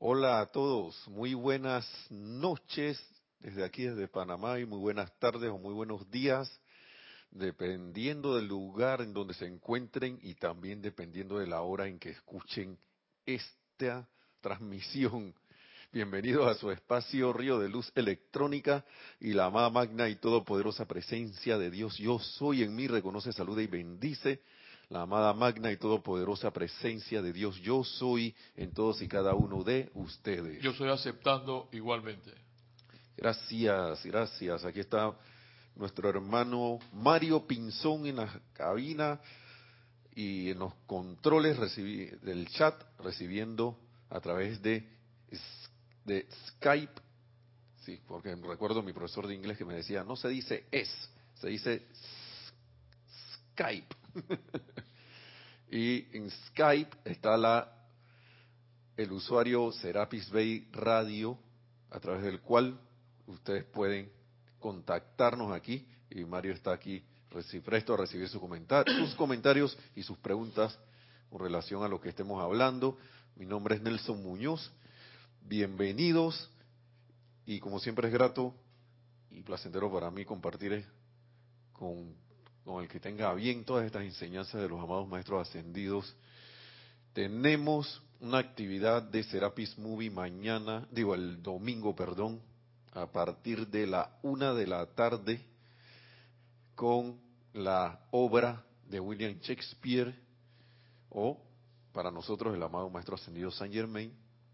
Hola a todos, muy buenas noches desde aquí, desde Panamá, y muy buenas tardes o muy buenos días, dependiendo del lugar en donde se encuentren y también dependiendo de la hora en que escuchen esta transmisión. Bienvenidos a su espacio Río de Luz Electrónica y la amada magna y todopoderosa presencia de Dios. Yo soy en mí, reconoce, saluda y bendice la amada magna y todopoderosa presencia de Dios. Yo soy en todos y cada uno de ustedes. Yo estoy aceptando igualmente. Gracias, gracias. Aquí está nuestro hermano Mario Pinzón en la cabina y en los controles del chat, recibiendo a través de Skype. Sí, porque recuerdo a mi profesor de inglés que me decía, no se dice se dice Skype. Y en Skype está el usuario Serapis Bay Radio, a través del cual ustedes pueden contactarnos aquí, y Mario está aquí presto a recibir sus comentarios y sus preguntas con relación a lo que estemos hablando. Mi nombre es Nelson Muñoz, bienvenidos, y como siempre es grato y placentero para mí compartir con, con el que tenga bien todas estas enseñanzas de los amados maestros ascendidos. Tenemos una actividad de Serapis Movie mañana, el domingo, perdón, a partir de la 1 de la tarde, con la obra de William Shakespeare, o para nosotros el amado Maestro Ascendido Saint Germain,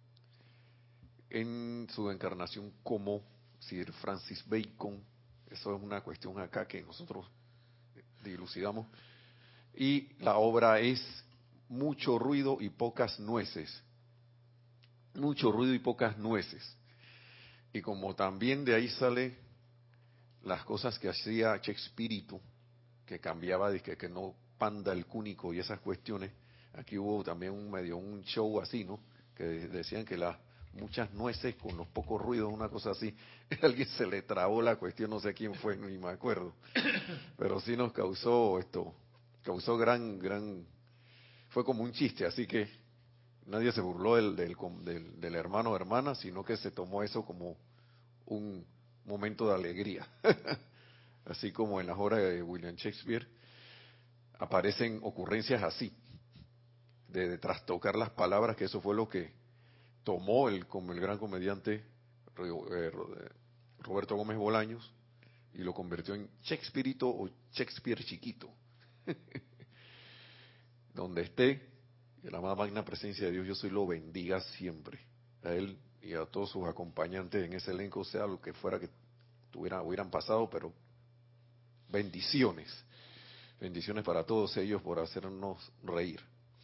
en su encarnación como Sir Francis Bacon. Eso es una cuestión acá que nosotros dilucidamos. Y la obra es Mucho ruido y pocas nueces. Mucho ruido y pocas nueces. Y como también de ahí sale las cosas que hacía Shakespeare, que cambiaba de que no panda el cúnico y esas cuestiones, aquí hubo también un show así, ¿no? Que decían que las muchas nueces con los pocos ruidos, una cosa así. A alguien se le trabó la cuestión, no sé quién fue, ni me acuerdo. Pero sí nos causó fue como un chiste, así que nadie se burló del hermano o hermana, sino que se tomó eso como un momento de alegría. Así como en las obras de William Shakespeare aparecen ocurrencias así, de trastocar las palabras, que eso fue lo que tomó como el gran comediante Roberto Gómez Bolaños, y lo convirtió en Shakespeareito o Shakespeare chiquito. Donde esté, la amada magna presencia de Dios, yo soy, lo bendiga siempre. A él y a todos sus acompañantes en ese elenco, sea lo que fuera que hubieran pasado, pero bendiciones. Bendiciones para todos ellos por hacernos reír.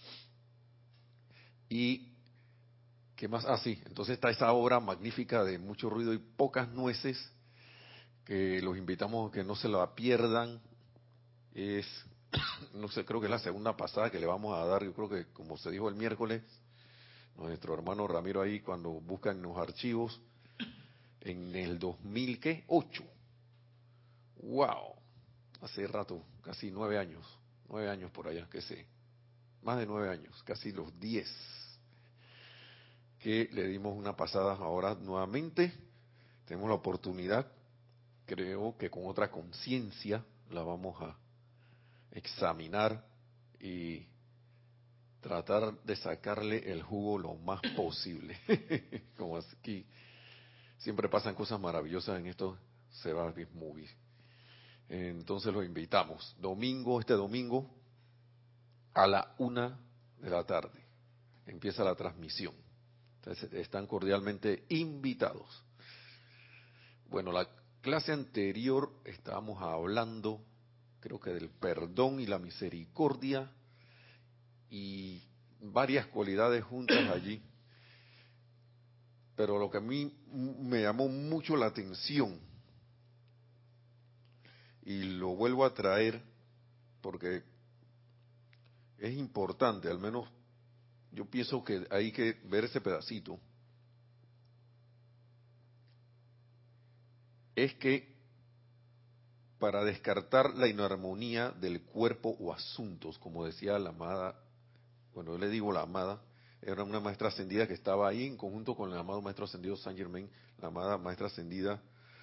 Y, ¿qué más? Ah, sí, entonces está esa obra magnífica de Mucho ruido y pocas nueces, que los invitamos a que no se la pierdan. Es, no sé, creo que es la segunda pasada que le vamos a dar, yo creo que como se dijo el miércoles, nuestro hermano Ramiro ahí, cuando buscan los archivos, en el 2008. ¡Wow! Hace rato, casi 9 años, 9 años por allá, que sé, más de 9 años, casi los 10, que le dimos una pasada. Ahora nuevamente tenemos la oportunidad, creo que con otra conciencia la vamos a examinar y tratar de sacarle el jugo lo más posible. Como aquí siempre pasan cosas maravillosas en estos Serapis Movies. Entonces los invitamos. Este domingo, a la 1 de la tarde. Empieza la transmisión. Entonces están cordialmente invitados. Bueno, la clase anterior estábamos hablando, creo que del perdón y la misericordia, y varias cualidades juntas allí. Pero lo que a mí me llamó mucho la atención, y lo vuelvo a traer porque es importante, al menos yo pienso que hay que ver ese pedacito, es que para descartar la inarmonía del cuerpo o asuntos, como decía la amada, bueno, yo le digo la amada, era una maestra ascendida que estaba ahí en conjunto con el amado maestro ascendido Saint Germain, la amada maestra ascendida.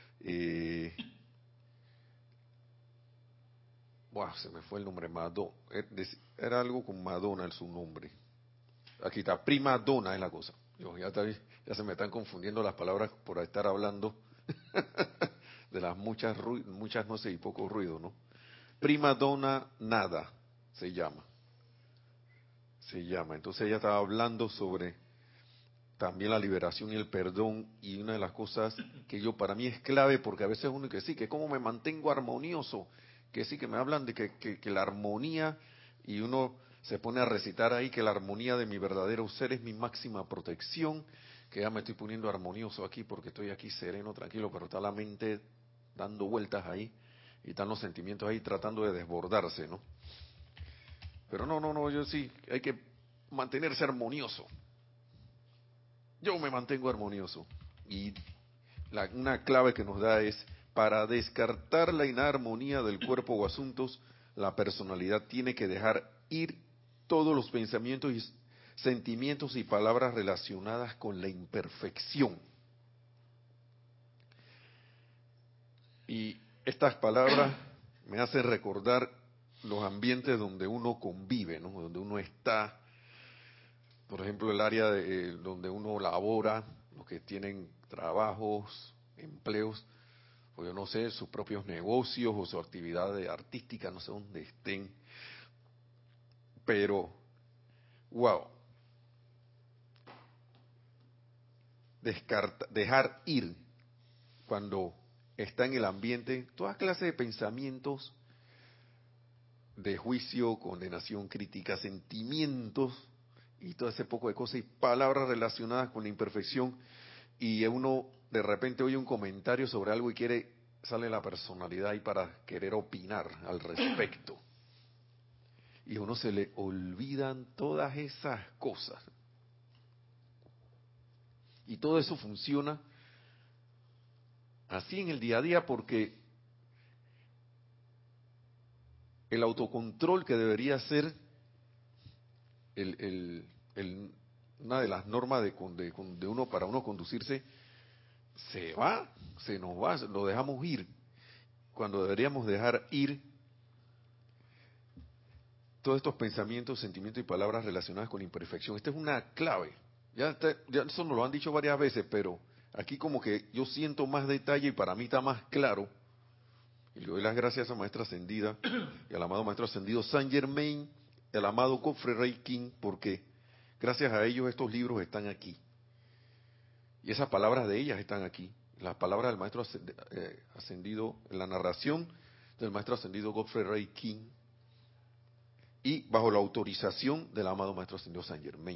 Se me fue el nombre, era algo con Madonna, su nombre. Aquí está, prima donna es la cosa. Ya se me están confundiendo las palabras por estar hablando de las muchas noces y poco ruido, ¿no? Prima donna nada se llama. Entonces ella estaba hablando sobre también la liberación y el perdón, y una de las cosas que para mí es clave, porque a veces uno que sí, que cómo me mantengo armonioso, que sí, que me hablan de que la armonía, y uno se pone a recitar ahí que la armonía de mi verdadero ser es mi máxima protección, que ya me estoy poniendo armonioso aquí porque estoy aquí sereno, tranquilo, pero está la mente dando vueltas ahí, y están los sentimientos ahí tratando de desbordarse, ¿no? Pero no, yo sí, hay que mantenerse armonioso. Yo me mantengo armonioso. Y una clave que nos da es, para descartar la inarmonía del cuerpo o asuntos, la personalidad tiene que dejar ir todos los pensamientos y sentimientos y palabras relacionadas con la imperfección. Y estas palabras me hacen recordar los ambientes donde uno convive, ¿no? Donde uno está, por ejemplo, el área donde uno labora, los que tienen trabajos, empleos, o yo no sé, sus propios negocios o su actividad artística, no sé dónde estén. Pero, wow, dejar ir cuando está en el ambiente toda clase de pensamientos de juicio, condenación, crítica, sentimientos y todo ese poco de cosas y palabras relacionadas con la imperfección, y uno de repente oye un comentario sobre algo y sale la personalidad ahí para querer opinar al respecto. Y a uno se le olvidan todas esas cosas. Y todo eso funciona así en el día a día porque el autocontrol, que debería ser una de las normas de uno para uno conducirse, se nos va, lo dejamos ir, cuando deberíamos dejar ir todos estos pensamientos, sentimientos y palabras relacionadas con la imperfección. Esta es una clave. Ya eso nos lo han dicho varias veces, pero aquí como que yo siento más detalle y para mí está más claro. Y le doy las gracias a Maestra Ascendida y al amado Maestro Ascendido Saint Germain, el amado Godfrey Ray King, porque gracias a ellos estos libros están aquí. Y esas palabras de ellas están aquí. Las palabras del Maestro Ascendido, en la narración del Maestro Ascendido Godfrey Ray King, y bajo la autorización del amado Maestro Ascendido Saint Germain.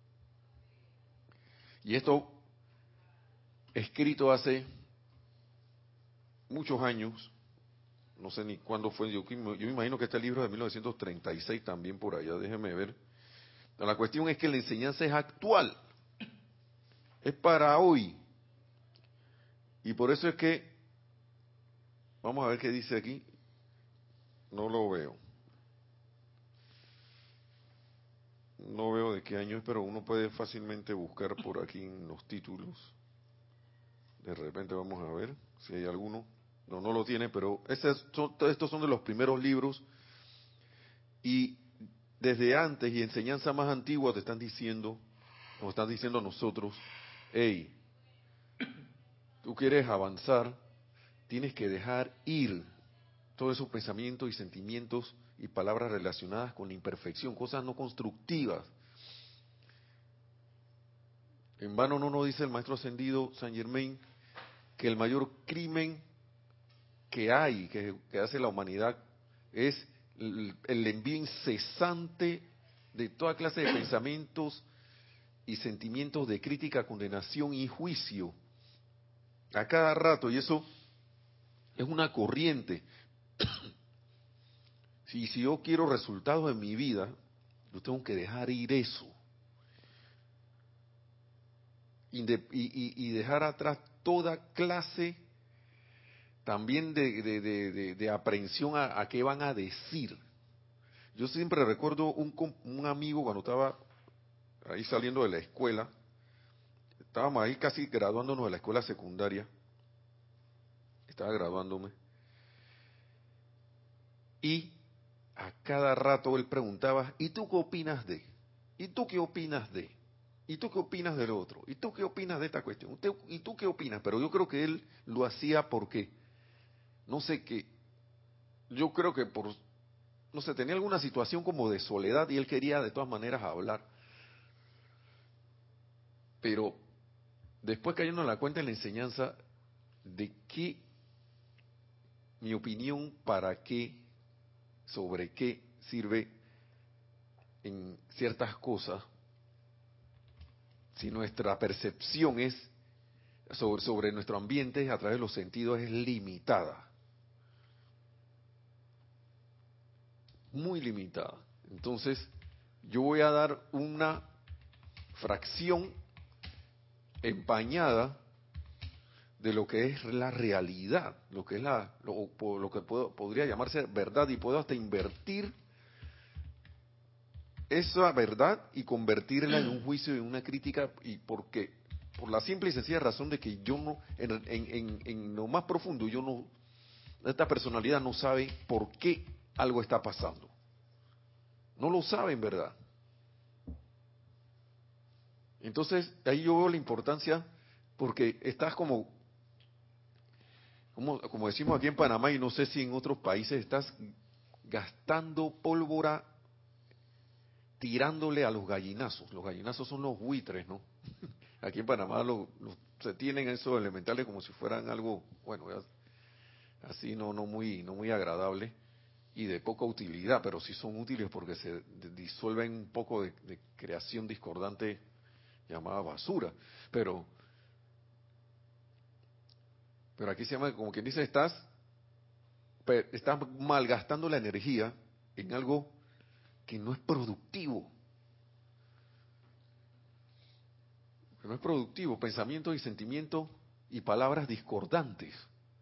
Y esto, escrito hace muchos años, no sé ni cuándo fue, yo me imagino que este libro es de 1936 también por allá, déjeme ver. Pero la cuestión es que la enseñanza es actual, es para hoy. Y por eso es que, vamos a ver qué dice aquí, no lo veo. No veo de qué año es, pero uno puede fácilmente buscar por aquí en los títulos. De repente vamos a ver si hay alguno. No lo tiene, pero estos son de los primeros libros. Y desde antes y enseñanza más antigua te están diciendo, nos están diciendo a nosotros, hey, tú quieres avanzar, tienes que dejar ir todos esos pensamientos y sentimientos y palabras relacionadas con la imperfección, cosas no constructivas. En vano no nos dice el Maestro Ascendido Saint Germain que el mayor crimen que hay, que hace la humanidad, es el envío incesante de toda clase de pensamientos y sentimientos de crítica, condenación y juicio a cada rato, y eso es una corriente. Si yo quiero resultados en mi vida, yo tengo que dejar ir eso y dejar atrás toda clase también de aprehensión a qué van a decir. Yo siempre recuerdo un amigo cuando estaba ahí saliendo de la escuela, estábamos ahí casi graduándonos de la escuela secundaria, estaba graduándome, y a cada rato él preguntaba, ¿y tú qué opinas de? ¿Y tú qué opinas de? ¿Y tú qué opinas del otro? ¿Y tú qué opinas de esta cuestión? ¿Y tú qué opinas? Pero yo creo que él lo hacía porque, no sé qué, yo creo que por, no sé, tenía alguna situación como de soledad y él quería de todas maneras hablar. Pero después cayendo en la cuenta en la enseñanza de qué, mi opinión, para qué, sobre qué sirve en ciertas cosas, si nuestra percepción es sobre nuestro ambiente a través de los sentidos es limitada, muy limitada. Entonces, yo voy a dar una fracción empañada de lo que es la realidad, lo que es lo que podría llamarse verdad, y puedo hasta invertir esa verdad y convertirla en un juicio y en una crítica, y porque por la simple y sencilla razón de que yo no, en lo más profundo, yo no, esta personalidad no sabe por qué algo está pasando, no lo sabe en verdad. Entonces ahí yo veo la importancia, porque estás como decimos aquí en Panamá, y no sé si en otros países, estás gastando pólvora tirándole a los gallinazos. Los gallinazos son los buitres, ¿no? Aquí en Panamá se tienen esos elementales como si fueran algo, bueno, así no muy agradable y de poca utilidad, pero sí son útiles porque se disuelven un poco de creación discordante llamada basura. Pero aquí se llama, como quien dice, estás malgastando la energía en algo que no es productivo. Que no es productivo, pensamientos y sentimientos y palabras discordantes.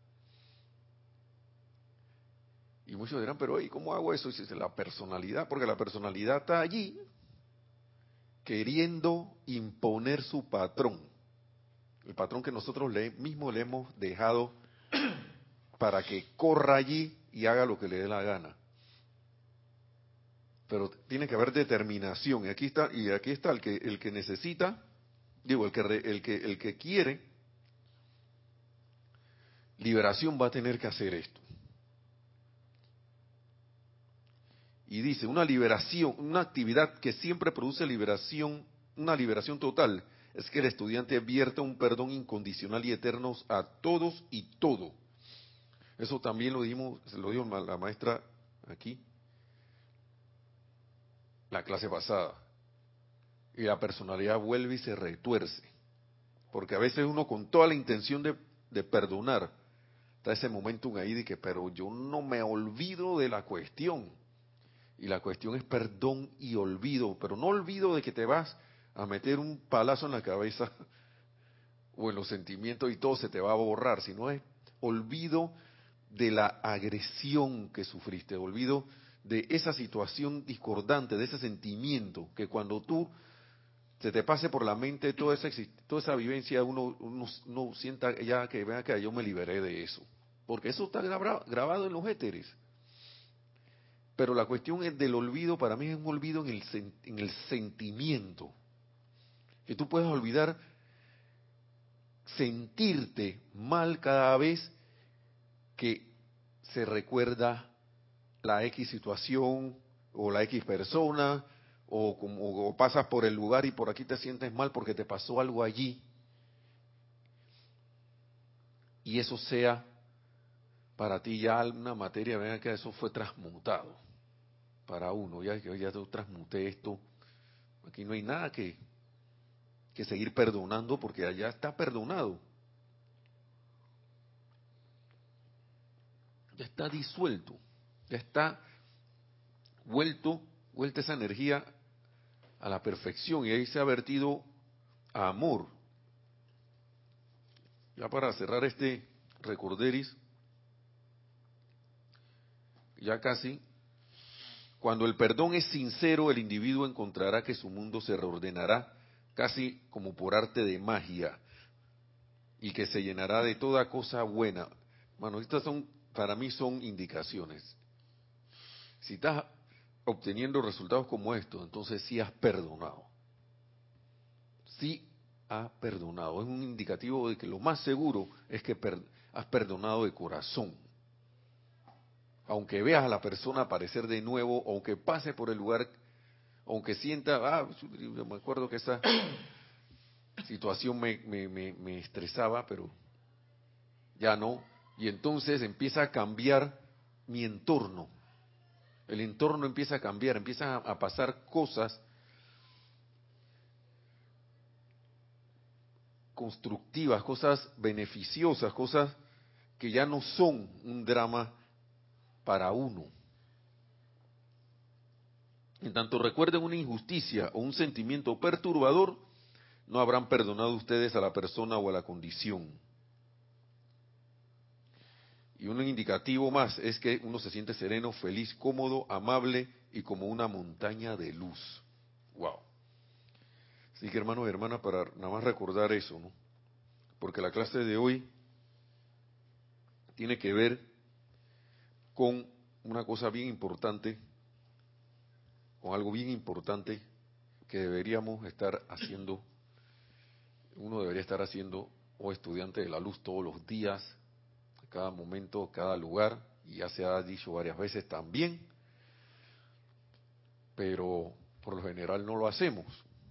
Y muchos dirán, pero ¿y cómo hago eso? Dice, la personalidad, porque la personalidad está allí queriendo imponer su patrón. El patrón que nosotros mismos le hemos dejado para que corra allí y haga lo que le dé la gana. Pero tiene que haber determinación. Y aquí está el que necesita, digo, el que quiere liberación va a tener que hacer esto. Y dice, una liberación, una actividad que siempre produce liberación, una liberación total, es que el estudiante vierta un perdón incondicional y eterno a todos y todo. Eso también lo dijo la maestra aquí, la clase pasada. Y la personalidad vuelve y se retuerce. Porque a veces uno con toda la intención de perdonar, está ese momentum ahí de que, pero yo no me olvido de la cuestión. Y la cuestión es perdón y olvido, pero no olvido de que te vas a meter un palazo en la cabeza o en los sentimientos y todo se te va a borrar, sino es olvido de la agresión que sufriste, olvido de esa situación discordante, de ese sentimiento, que cuando tú se te pase por la mente toda esa vivencia, uno sienta ya que, vea que yo me liberé de eso, porque eso está grabado en los éteres. Pero la cuestión es del olvido, para mí es un olvido en el sentimiento. Que tú puedes olvidar sentirte mal cada vez que se recuerda la X situación o la X persona, o pasas por el lugar y por aquí te sientes mal porque te pasó algo allí. Y eso sea para ti ya una materia, vean que eso fue transmutado para uno, ya yo transmuté esto, aquí no hay nada que seguir perdonando porque allá está perdonado, ya está disuelto, ya está vuelta esa energía a la perfección, y ahí se ha vertido a amor. Ya para cerrar este recorderis, ya casi, Cuando el perdón es sincero, el individuo encontrará que su mundo se reordenará casi como por arte de magia y que se llenará de toda cosa buena. Bueno, estas son, para mí son indicaciones. Si estás obteniendo resultados como estos, entonces sí has perdonado. Sí has perdonado. Es un indicativo de que lo más seguro es que has perdonado de corazón. Aunque veas a la persona aparecer de nuevo, aunque pase por el lugar, aunque sienta, yo me acuerdo que esa situación me estresaba, pero ya no. Y entonces empieza a cambiar mi entorno. El entorno empieza a cambiar, empiezan a pasar cosas constructivas, cosas beneficiosas, cosas que ya no son un drama para uno. En tanto recuerden una injusticia o un sentimiento perturbador, no habrán perdonado ustedes a la persona o a la condición. Y un indicativo más es que uno se siente sereno, feliz, cómodo, amable y como una montaña de luz. Wow. Así que hermanos y hermanas, para nada más recordar eso, ¿no? Porque la clase de hoy tiene que ver con una cosa bien importante, con algo bien importante que deberíamos estar haciendo, uno debería estar haciendo, o estudiante de la luz todos los días, cada momento, cada lugar, y ya se ha dicho varias veces también, pero por lo general no lo hacemos.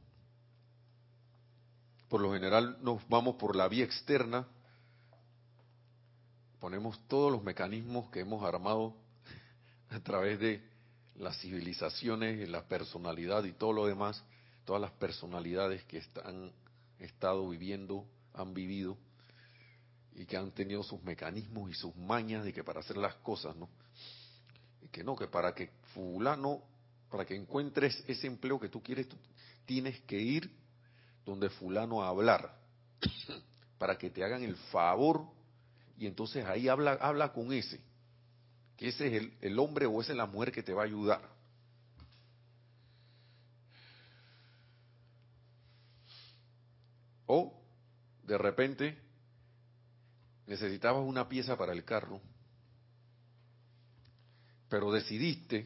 Por lo general nos vamos por la vía externa, ponemos todos los mecanismos que hemos armado a través de las civilizaciones, la personalidad y todo lo demás, todas las personalidades que han estado viviendo, han vivido y que han tenido sus mecanismos y sus mañas de que para hacer las cosas, ¿no? Y que no, que para que fulano, para que encuentres ese empleo que tú quieres, tú tienes que ir donde fulano a hablar, para que te hagan el favor, y entonces ahí habla con ese, que ese es el hombre o esa es la mujer que te va a ayudar. O de repente necesitabas una pieza para el carro, pero decidiste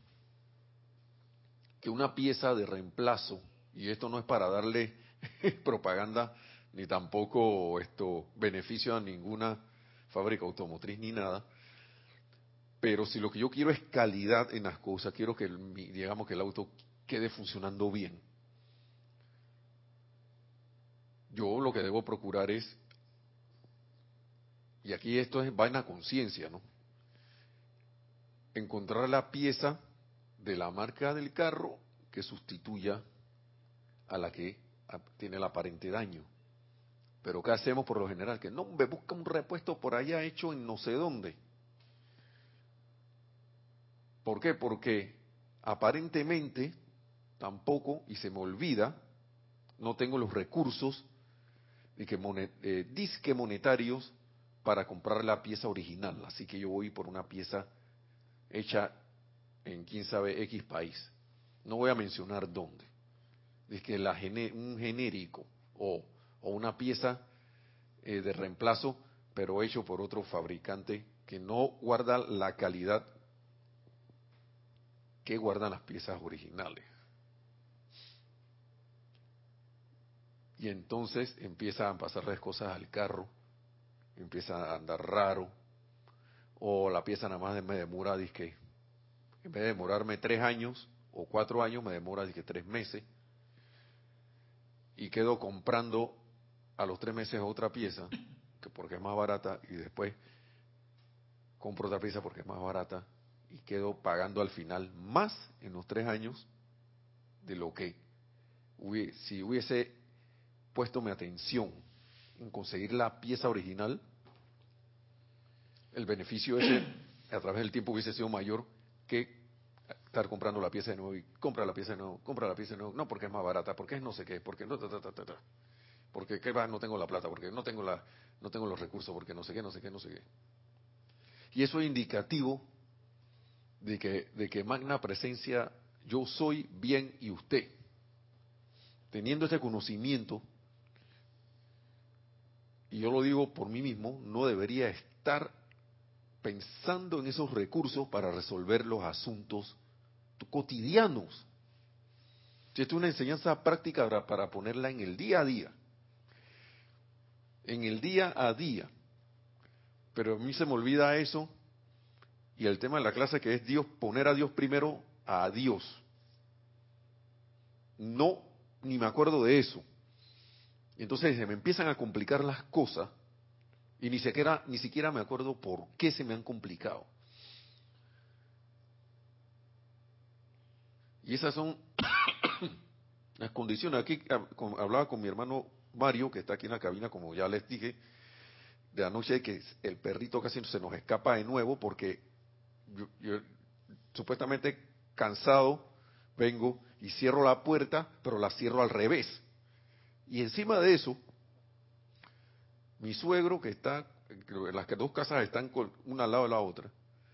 que una pieza de reemplazo, y esto no es para darle propaganda ni tampoco beneficio a ninguna fábrica automotriz ni nada, pero si lo que yo quiero es calidad en las cosas, quiero que digamos que el auto quede funcionando bien, yo lo que debo procurar es, y aquí esto es vaina conciencia, ¿no? Encontrar la pieza de la marca del carro que sustituya a la que tiene el aparente daño. Pero ¿qué hacemos por lo general? Que no, me busca un repuesto por allá hecho en no sé dónde. ¿Por qué? Porque aparentemente tampoco, y se me olvida, no tengo los recursos disque monetarios para comprar la pieza original. Así que yo voy por una pieza hecha en quién sabe X país. No voy a mencionar dónde. Es que un genérico o una pieza de reemplazo, pero hecho por otro fabricante que no guarda la calidad que guardan las piezas originales. Y entonces empiezan a pasarles cosas al carro, empieza a andar raro, o la pieza nada más me demora, dizque, en vez de demorarme 3 años o 4 años, me demora, dizque, 3 meses, y quedo comprando a los 3 meses otra pieza, que porque es más barata, y después compro otra pieza porque es más barata, y quedo pagando al final más en los 3 años de lo que si hubiese puesto mi atención en conseguir la pieza original, el beneficio ese a través del tiempo hubiese sido mayor que estar comprando la pieza de nuevo y compra la pieza de nuevo, compra la pieza de nuevo, no porque es más barata, porque es no sé qué, porque no, porque qué va, no tengo la plata, porque no tengo los recursos, porque no sé qué, no sé qué, no sé qué. Y eso es indicativo de que magna presencia, yo soy bien y usted. Teniendo este conocimiento, y yo lo digo por mí mismo, no debería estar pensando en esos recursos para resolver los asuntos cotidianos. Esto es una enseñanza práctica para ponerla en el día a día. En el día a día. Pero a mí se me olvida eso. Y el tema de la clase que es Dios, poner a Dios primero a Dios. No, ni me acuerdo de eso. Entonces se me empiezan a complicar las cosas y ni siquiera me acuerdo por qué se me han complicado. Y esas son las condiciones. Aquí hablaba con mi hermano Mario, que está aquí en la cabina, como ya les dije, de anoche, que el perrito casi se nos escapa de nuevo porque yo supuestamente cansado vengo y cierro la puerta, pero la cierro al revés. Y encima de eso, mi suegro, que está, las dos casas están una al lado de la otra,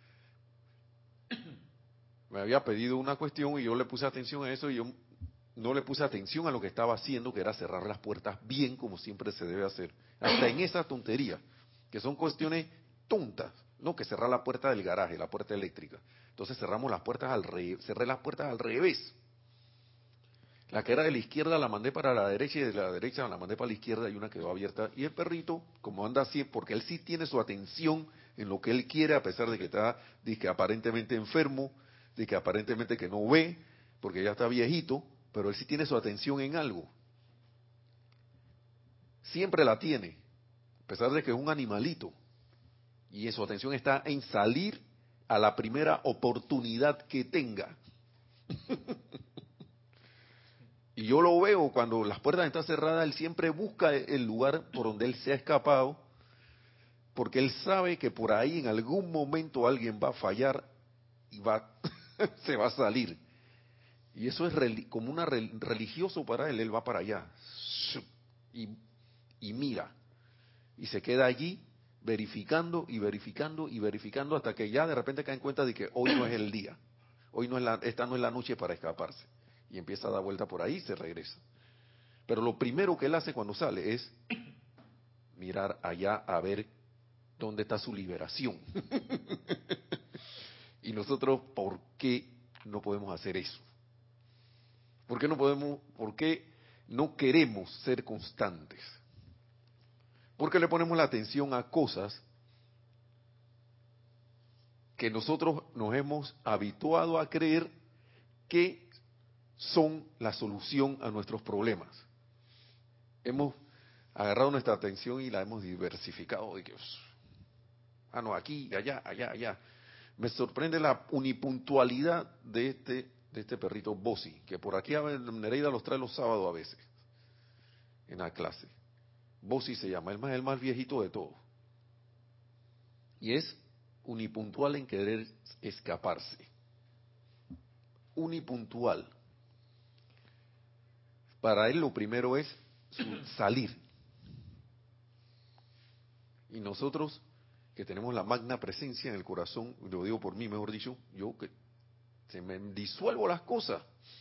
me había pedido una cuestión y yo le puse atención a eso y yo no le puse atención a lo que estaba haciendo, que era cerrar las puertas bien como siempre se debe hacer. Hasta en esa tontería, que son cuestiones tontas, ¿no? Que cerrar la puerta del garaje, la puerta eléctrica. Entonces cerramos las puertas al revés, cerré las puertas al revés. La que era de la izquierda la mandé para la derecha y de la derecha la mandé para la izquierda y una quedó abierta. Y el perrito, como anda así, porque él sí tiene su atención en lo que él quiere, a pesar de que está aparentemente enfermo, de que aparentemente que no ve, porque ya está viejito, pero él sí tiene su atención en algo. Siempre la tiene, a pesar de que es un animalito. Y su atención está en salir a la primera oportunidad que tenga. Y yo lo veo cuando las puertas están cerradas, él siempre busca el lugar por donde él se ha escapado, porque él sabe que por ahí en algún momento alguien va a fallar y se va a salir. Y eso es como una religioso para él va para allá y mira, y se queda allí verificando y verificando y verificando hasta que ya de repente cae en cuenta de que hoy no es el día, esta no es la noche para escaparse. Y empieza a dar vuelta por ahí y se regresa. Pero lo primero que él hace cuando sale es mirar allá a ver dónde está su liberación. Y nosotros, ¿por qué no podemos hacer eso? ¿Por qué no queremos ser constantes? ¿Por qué le ponemos la atención a cosas que nosotros nos hemos habituado a creer que son la solución a nuestros problemas? Hemos agarrado nuestra atención y la hemos diversificado. No, aquí, allá, allá, allá. Me sorprende la unipuntualidad de este perrito Bossy, que por aquí Nereida los trae los sábados a veces, en la clase. Bossy se llama, el más viejito de todos. Y es unipuntual en querer escaparse. Unipuntual. Para él lo primero es salir. Y nosotros, que tenemos la magna presencia en el corazón, lo digo por mí, mejor dicho, yo que se me disuelvo las cosas.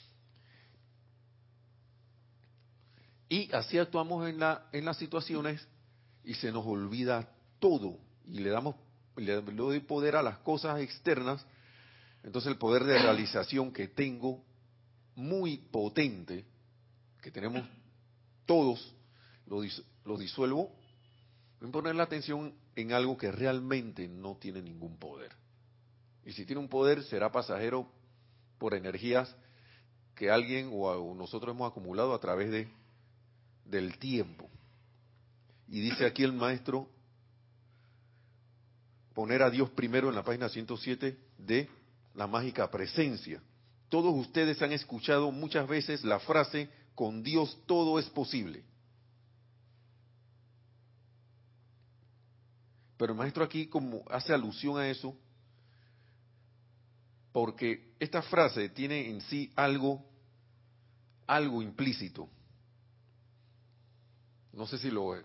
Y así actuamos en las situaciones y se nos olvida todo. Y le doy poder a las cosas externas. Entonces el poder de realización que tengo, muy potente, que tenemos todos, lo disuelvo en poner la atención en algo que realmente no tiene ningún poder. Y si tiene un poder, será pasajero por energías que alguien o nosotros hemos acumulado a través del tiempo. Y dice aquí el maestro, poner a Dios primero en la página 107 de la mágica presencia. Todos ustedes han escuchado muchas veces la frase, con Dios todo es posible. Pero el maestro aquí como hace alusión a eso, porque esta frase tiene en sí algo implícito. No sé si lo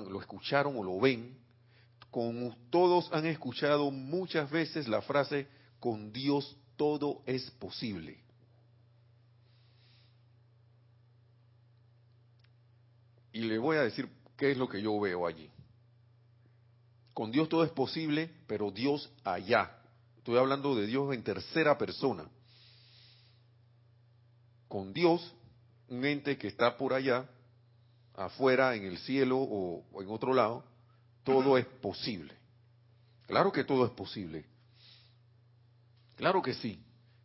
escucharon o lo ven. Todos han escuchado muchas veces la frase, con Dios todo es posible. Y le voy a decir qué es lo que yo veo allí. Con Dios todo es posible, pero Dios allá. Estoy hablando de Dios en tercera persona. Con Dios, un ente que está por allá, afuera, en el cielo o en otro lado, todo es posible. Claro que todo es posible. Claro que sí.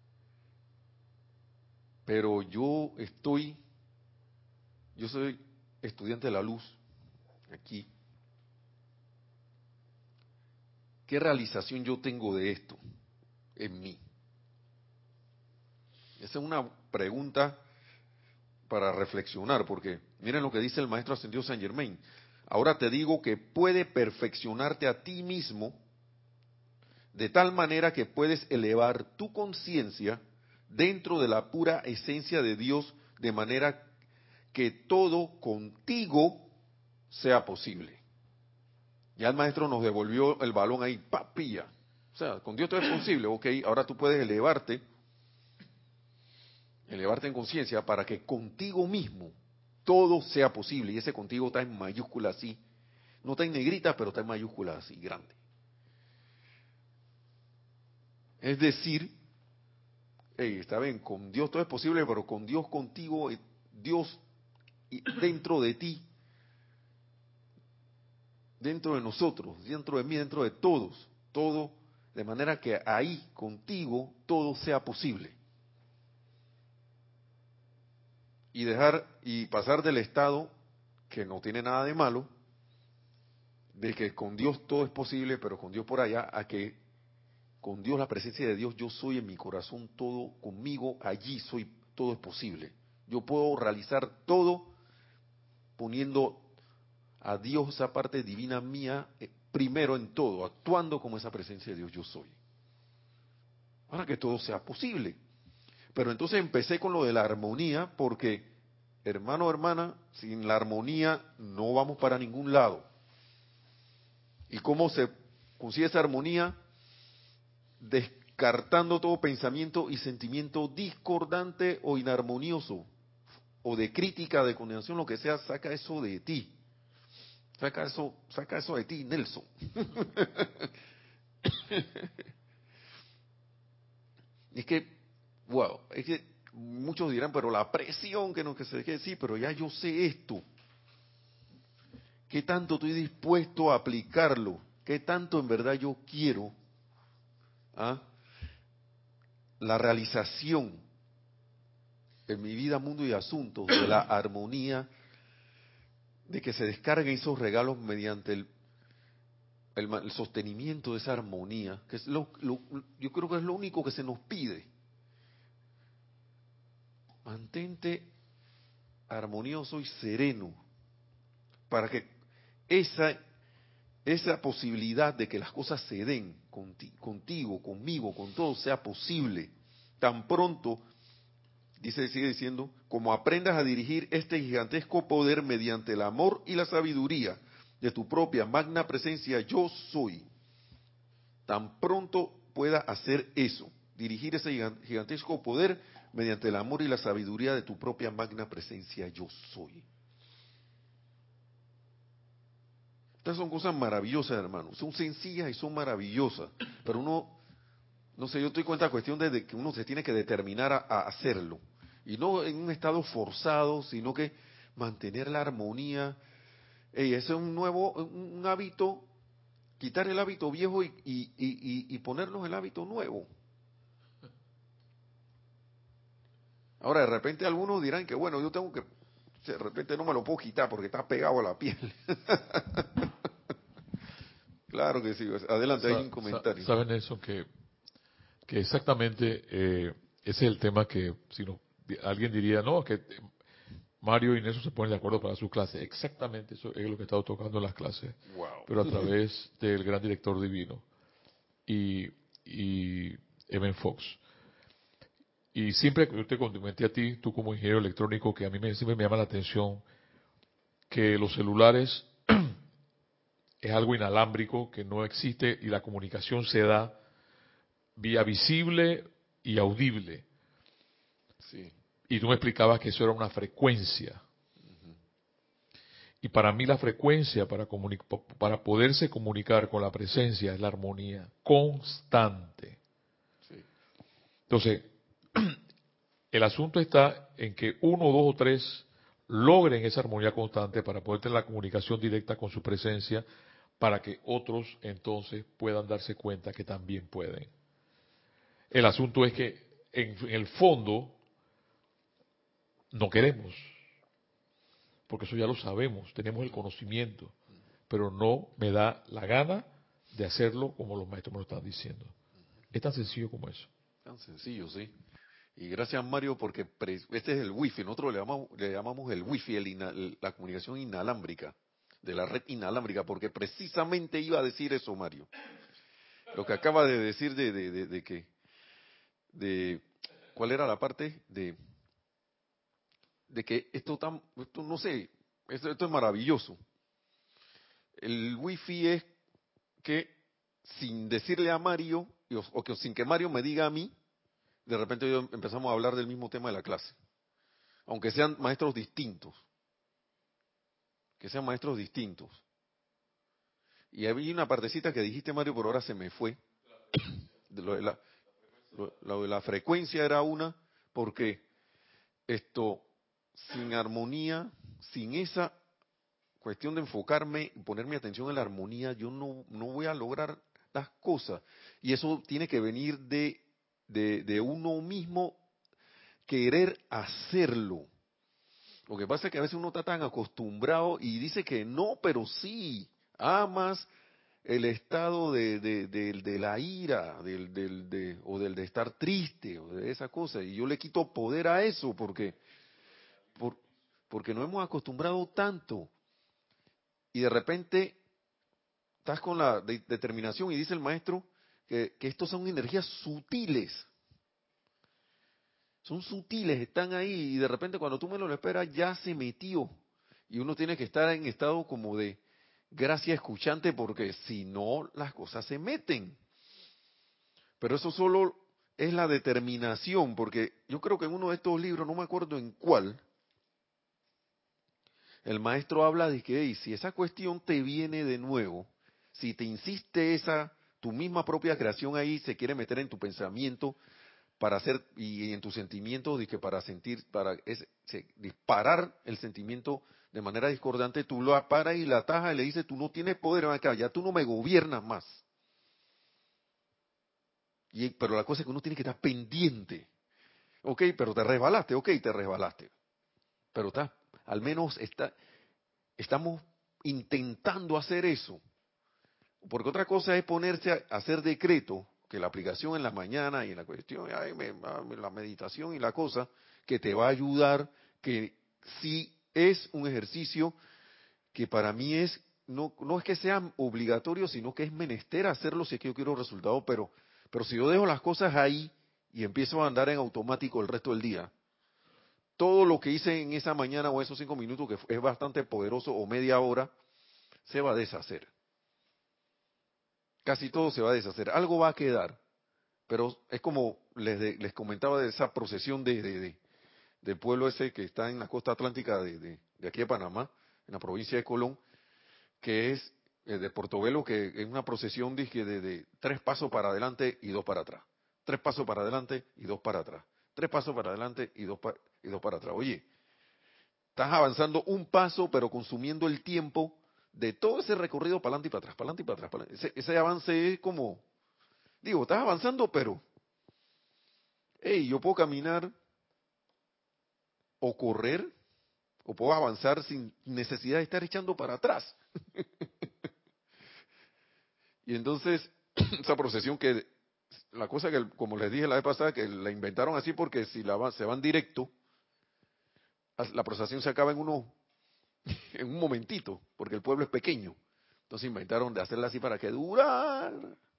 Pero yo soy estudiante de la luz, aquí. ¿Qué realización yo tengo de esto en mí? Esa es una pregunta para reflexionar, porque miren lo que dice el Maestro Ascendido Saint Germain. Ahora te digo que puede perfeccionarte a ti mismo de tal manera que puedes elevar tu conciencia dentro de la pura esencia de Dios, de manera que todo contigo sea posible. Ya el Maestro nos devolvió el balón ahí, papilla. O sea, con Dios todo es posible, ok, ahora tú puedes elevarte en conciencia para que contigo mismo todo sea posible. Y ese contigo está en mayúscula así. No está en negrita, pero está en mayúscula así, grande. Es decir, está bien, con Dios todo es posible, pero con Dios contigo, Dios dentro de ti, dentro de nosotros, dentro de mí, dentro de todos, todo, de manera que ahí contigo todo sea posible. Y dejar y pasar del estado que no tiene nada de malo, de que con Dios todo es posible, pero con Dios por allá, a que con Dios, la presencia de Dios, yo soy en mi corazón todo, conmigo allí soy, todo es posible. Yo puedo realizar todo poniendo a Dios, esa parte divina mía, primero en todo, actuando como esa presencia de Dios yo soy. Para que todo sea posible. Pero entonces empecé con lo de la armonía, porque, hermano, hermana, sin la armonía no vamos para ningún lado. ¿Y cómo se consigue esa armonía? Descartando todo pensamiento y sentimiento discordante o inarmonioso, o de crítica, de condenación, lo que sea, saca eso de ti. Saca eso de ti, Nelson. Es que, wow, es que muchos dirán, pero la presión que no que se deje decir, pero ya yo sé esto. ¿Qué tanto estoy dispuesto a aplicarlo? ¿Qué tanto en verdad yo quiero? ¿Ah? La realización en mi vida, mundo y asuntos de la armonía, de que se descarguen esos regalos mediante el sostenimiento de esa armonía, que es yo creo que es lo único que se nos pide. Mantente armonioso y sereno, para que esa posibilidad de que las cosas se den contigo, conmigo, con todo, sea posible. Tan pronto, sigue diciendo, como aprendas a dirigir este gigantesco poder mediante el amor y la sabiduría de tu propia magna presencia, yo soy. Tan pronto pueda hacer eso, dirigir ese gigantesco poder mediante el amor y la sabiduría de tu propia magna presencia, yo soy. Estas son cosas maravillosas, hermanos. Son sencillas y son maravillosas. Pero uno, no sé, yo estoy con esta cuestión de que uno se tiene que determinar a hacerlo. Y no en un estado forzado, sino que mantener la armonía. Ese es un hábito, quitar el hábito viejo y ponernos el hábito nuevo. Ahora, de repente algunos dirán que, bueno, yo tengo que, de repente no me lo puedo quitar porque está pegado a la piel. Claro que sí. Adelante, hay un comentario. ¿Saben eso? Que exactamente ese es el tema que si no, alguien diría, no, que Mario y Nelson se ponen de acuerdo para su clase. Exactamente eso es lo que he estado tocando en las clases, Wow. pero a través del gran director divino y Evan Fox. Y siempre que yo te comenté a ti, tú como ingeniero electrónico, que a mí siempre me llama la atención que los celulares es algo inalámbrico, que no existe y la comunicación se da vía visible y audible. Sí. Y tú me explicabas que eso era una frecuencia. Y para mí la frecuencia para poderse comunicar con la presencia es la armonía constante. Sí. Entonces, el asunto está en que uno, dos o tres logren esa armonía constante para poder tener la comunicación directa con su presencia, para que otros entonces puedan darse cuenta que también pueden. El asunto es que en el fondo no queremos, porque eso ya lo sabemos, tenemos el conocimiento, pero no me da la gana de hacerlo como los maestros me lo están diciendo. Es tan sencillo como eso. Tan sencillo, sí. Y gracias, Mario, porque este es el wifi. Nosotros le llamamos el wifi, la comunicación inalámbrica, de la red inalámbrica, porque precisamente iba a decir eso, Mario. Lo que acaba de decir de que, ¿cuál era la parte? De que esto no sé, esto es maravilloso. El wifi es que sin decirle a Mario, o que sin que Mario me diga a mí, de repente empezamos a hablar del mismo tema de la clase. Aunque sean maestros distintos. Que sean maestros distintos. Y había una partecita que dijiste, Mario, pero ahora se me fue. De lo de la frecuencia era una, porque esto, sin armonía, sin esa cuestión de enfocarme, poner mi atención en la armonía, yo no voy a lograr las cosas. Y eso tiene que venir de uno mismo querer hacerlo. Lo que pasa es que a veces uno está tan acostumbrado y dice que no, pero sí, amas el estado de la ira, o del de estar triste, o de esa cosa. Y yo le quito poder a eso por- porque no hemos acostumbrado tanto. Y de repente estás con la determinación y dice el maestro que estos son energías sutiles. Son sutiles, están ahí y de repente cuando tú menos lo esperas ya se metió. Y uno tiene que estar en estado como de gracia escuchante porque si no las cosas se meten. Pero eso solo es la determinación, porque yo creo que en uno de estos libros, no me acuerdo en cuál, el maestro habla de que hey, si esa cuestión te viene de nuevo, si te insiste tu misma propia creación ahí se quiere meter en tu pensamiento, para hacer y en tus sentimientos y que para sentir disparar el sentimiento de manera discordante, tú lo paras y la atajas y le dices tú no tienes poder acá, ya tú no me gobiernas más. Pero la cosa es que uno tiene que estar pendiente. Ok, pero te resbalaste, pero al menos estamos intentando hacer eso. Porque otra cosa es ponerse a hacer decreto, que la aplicación en la mañana y en la cuestión, la meditación y la cosa, que te va a ayudar, que sí es un ejercicio que para mí no es que sea obligatorio, sino que es menester hacerlo si es que yo quiero resultados, pero si yo dejo las cosas ahí y empiezo a andar en automático el resto del día, todo lo que hice en esa mañana o esos 5 minutos, que es bastante poderoso, o media hora, se va a deshacer. Casi todo se va a deshacer. Algo va a quedar. Pero es como les comentaba de esa procesión del pueblo ese que está en la costa atlántica de aquí de Panamá, en la provincia de Colón, que es de Portobelo, que es una procesión de 3 pasos para adelante y 2 para atrás. 3 pasos para adelante y 2 para atrás. 3 pasos para adelante y dos para atrás. Oye, estás avanzando un paso, pero consumiendo el tiempo de todo ese recorrido para adelante y para atrás, para adelante y para atrás. Ese avance es como, digo, estás avanzando, pero, hey, yo puedo caminar o correr, o puedo avanzar sin necesidad de estar echando para atrás. Y entonces, esa procesión la cosa que, como les dije la vez pasada, que la inventaron así porque si se van directo, la procesión se acaba en un momentito, porque el pueblo es pequeño. Entonces inventaron de hacerla así para que durara.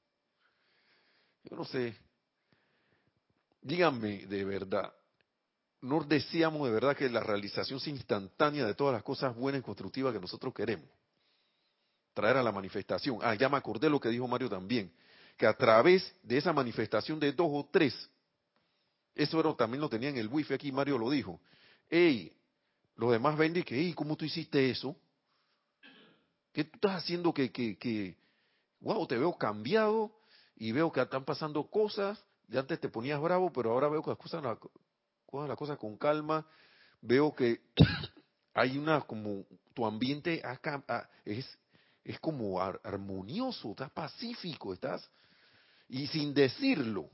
Yo no sé, díganme de verdad, ¿no deseamos de verdad que la realización sea instantánea de todas las cosas buenas y constructivas que nosotros queremos traer a la manifestación? Ah, ya me acordé lo que dijo Mario también, que a través de esa manifestación de 2 o 3, también lo tenía en el wifi aquí, Mario lo dijo, hey, los demás ven y que, hey, ¿cómo tú hiciste eso? ¿Qué tú estás haciendo wow, te veo cambiado y veo que están pasando cosas, y antes te ponías bravo, pero ahora veo que cojas las cosas con calma, veo que hay como, tu ambiente es como armonioso, estás pacífico, y sin decirlo,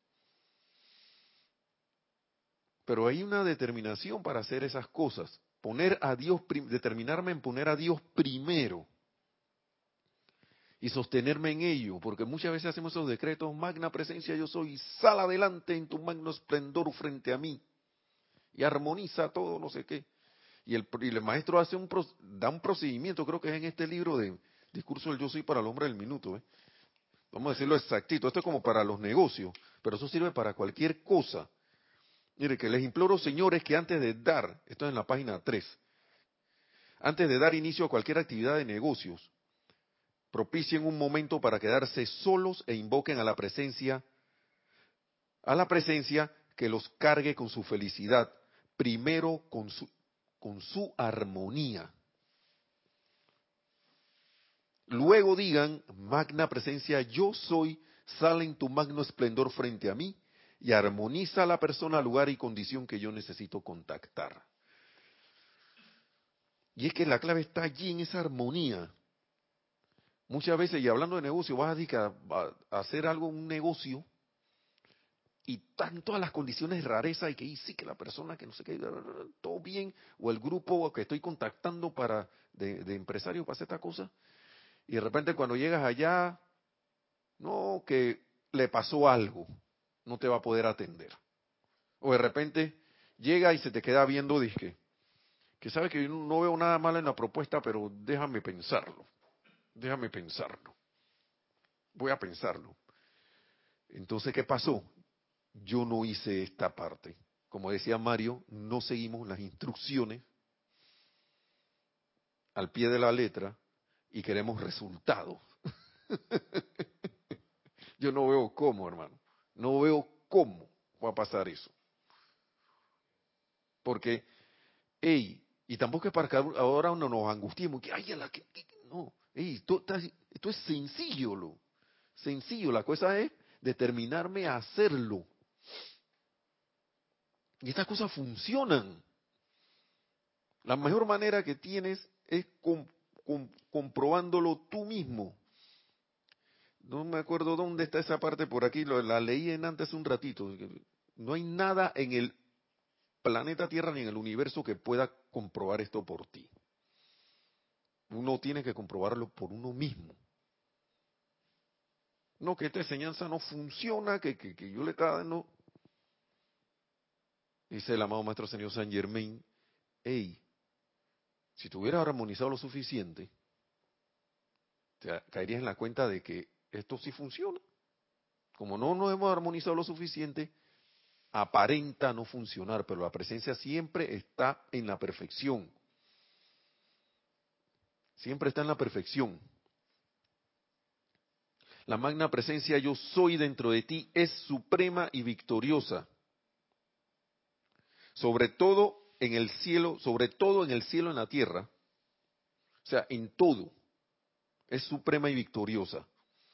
pero hay una determinación para hacer esas cosas, determinarme en poner a Dios primero y sostenerme en ello, porque muchas veces hacemos esos decretos, magna presencia yo soy, sal adelante en tu magno esplendor frente a mí, y armoniza todo, no sé qué. Y el maestro da un procedimiento, creo que es en este libro de Discurso del Yo Soy para el Hombre del Minuto. Vamos a decirlo exactito, esto es como para los negocios, pero eso sirve para cualquier cosa. Mire, que les imploro, señores, que antes de esto es en la página 3, antes de dar inicio a cualquier actividad de negocios, propicien un momento para quedarse solos e invoquen a la presencia que los cargue con su felicidad, primero con su armonía. Luego digan, magna presencia yo soy, sale en tu magno esplendor frente a mí y armoniza a la persona, lugar y condición que yo necesito contactar. Y es que la clave está allí en esa armonía. Muchas veces, y hablando de negocio, vas a hacer algo, un negocio, y están todas las condiciones de rareza y que ahí sí que la persona que no sé qué, todo bien, o el grupo que estoy contactando de empresarios para hacer esta cosa, y de repente cuando llegas allá, no, que le pasó algo, no te va a poder atender. O de repente llega y se te queda viendo, dizque, que sabe que yo no veo nada malo en la propuesta, pero déjame pensarlo, voy a pensarlo. Entonces, ¿qué pasó? Yo no hice esta parte. Como decía Mario, no seguimos las instrucciones al pie de la letra y queremos resultados. Yo no veo cómo, hermano. No veo cómo va a pasar eso. Porque, hey, y tampoco es para que ahora uno nos angustiemos, que, ay, no, hey, esto es sencillo, sencillo. La cosa es determinarme a hacerlo. Y estas cosas funcionan. La mejor manera que tienes es comprobándolo tú mismo. No me acuerdo dónde está esa parte por aquí, la leí antes un ratito. No hay nada en el planeta Tierra ni en el universo que pueda comprobar esto por ti. Uno tiene que comprobarlo por uno mismo. No, que esta enseñanza no funciona, que yo le estaba dando. Dice el amado Maestro Señor Saint Germain, hey, si te hubieras armonizado lo suficiente, te caerías en la cuenta de que esto sí funciona. Como no nos hemos armonizado lo suficiente, aparenta no funcionar, pero la presencia siempre está en la perfección. Siempre está en la perfección. La magna presencia yo soy dentro de ti es suprema y victoriosa. Sobre todo en el cielo, en la tierra. O sea, en todo. Es suprema y victoriosa.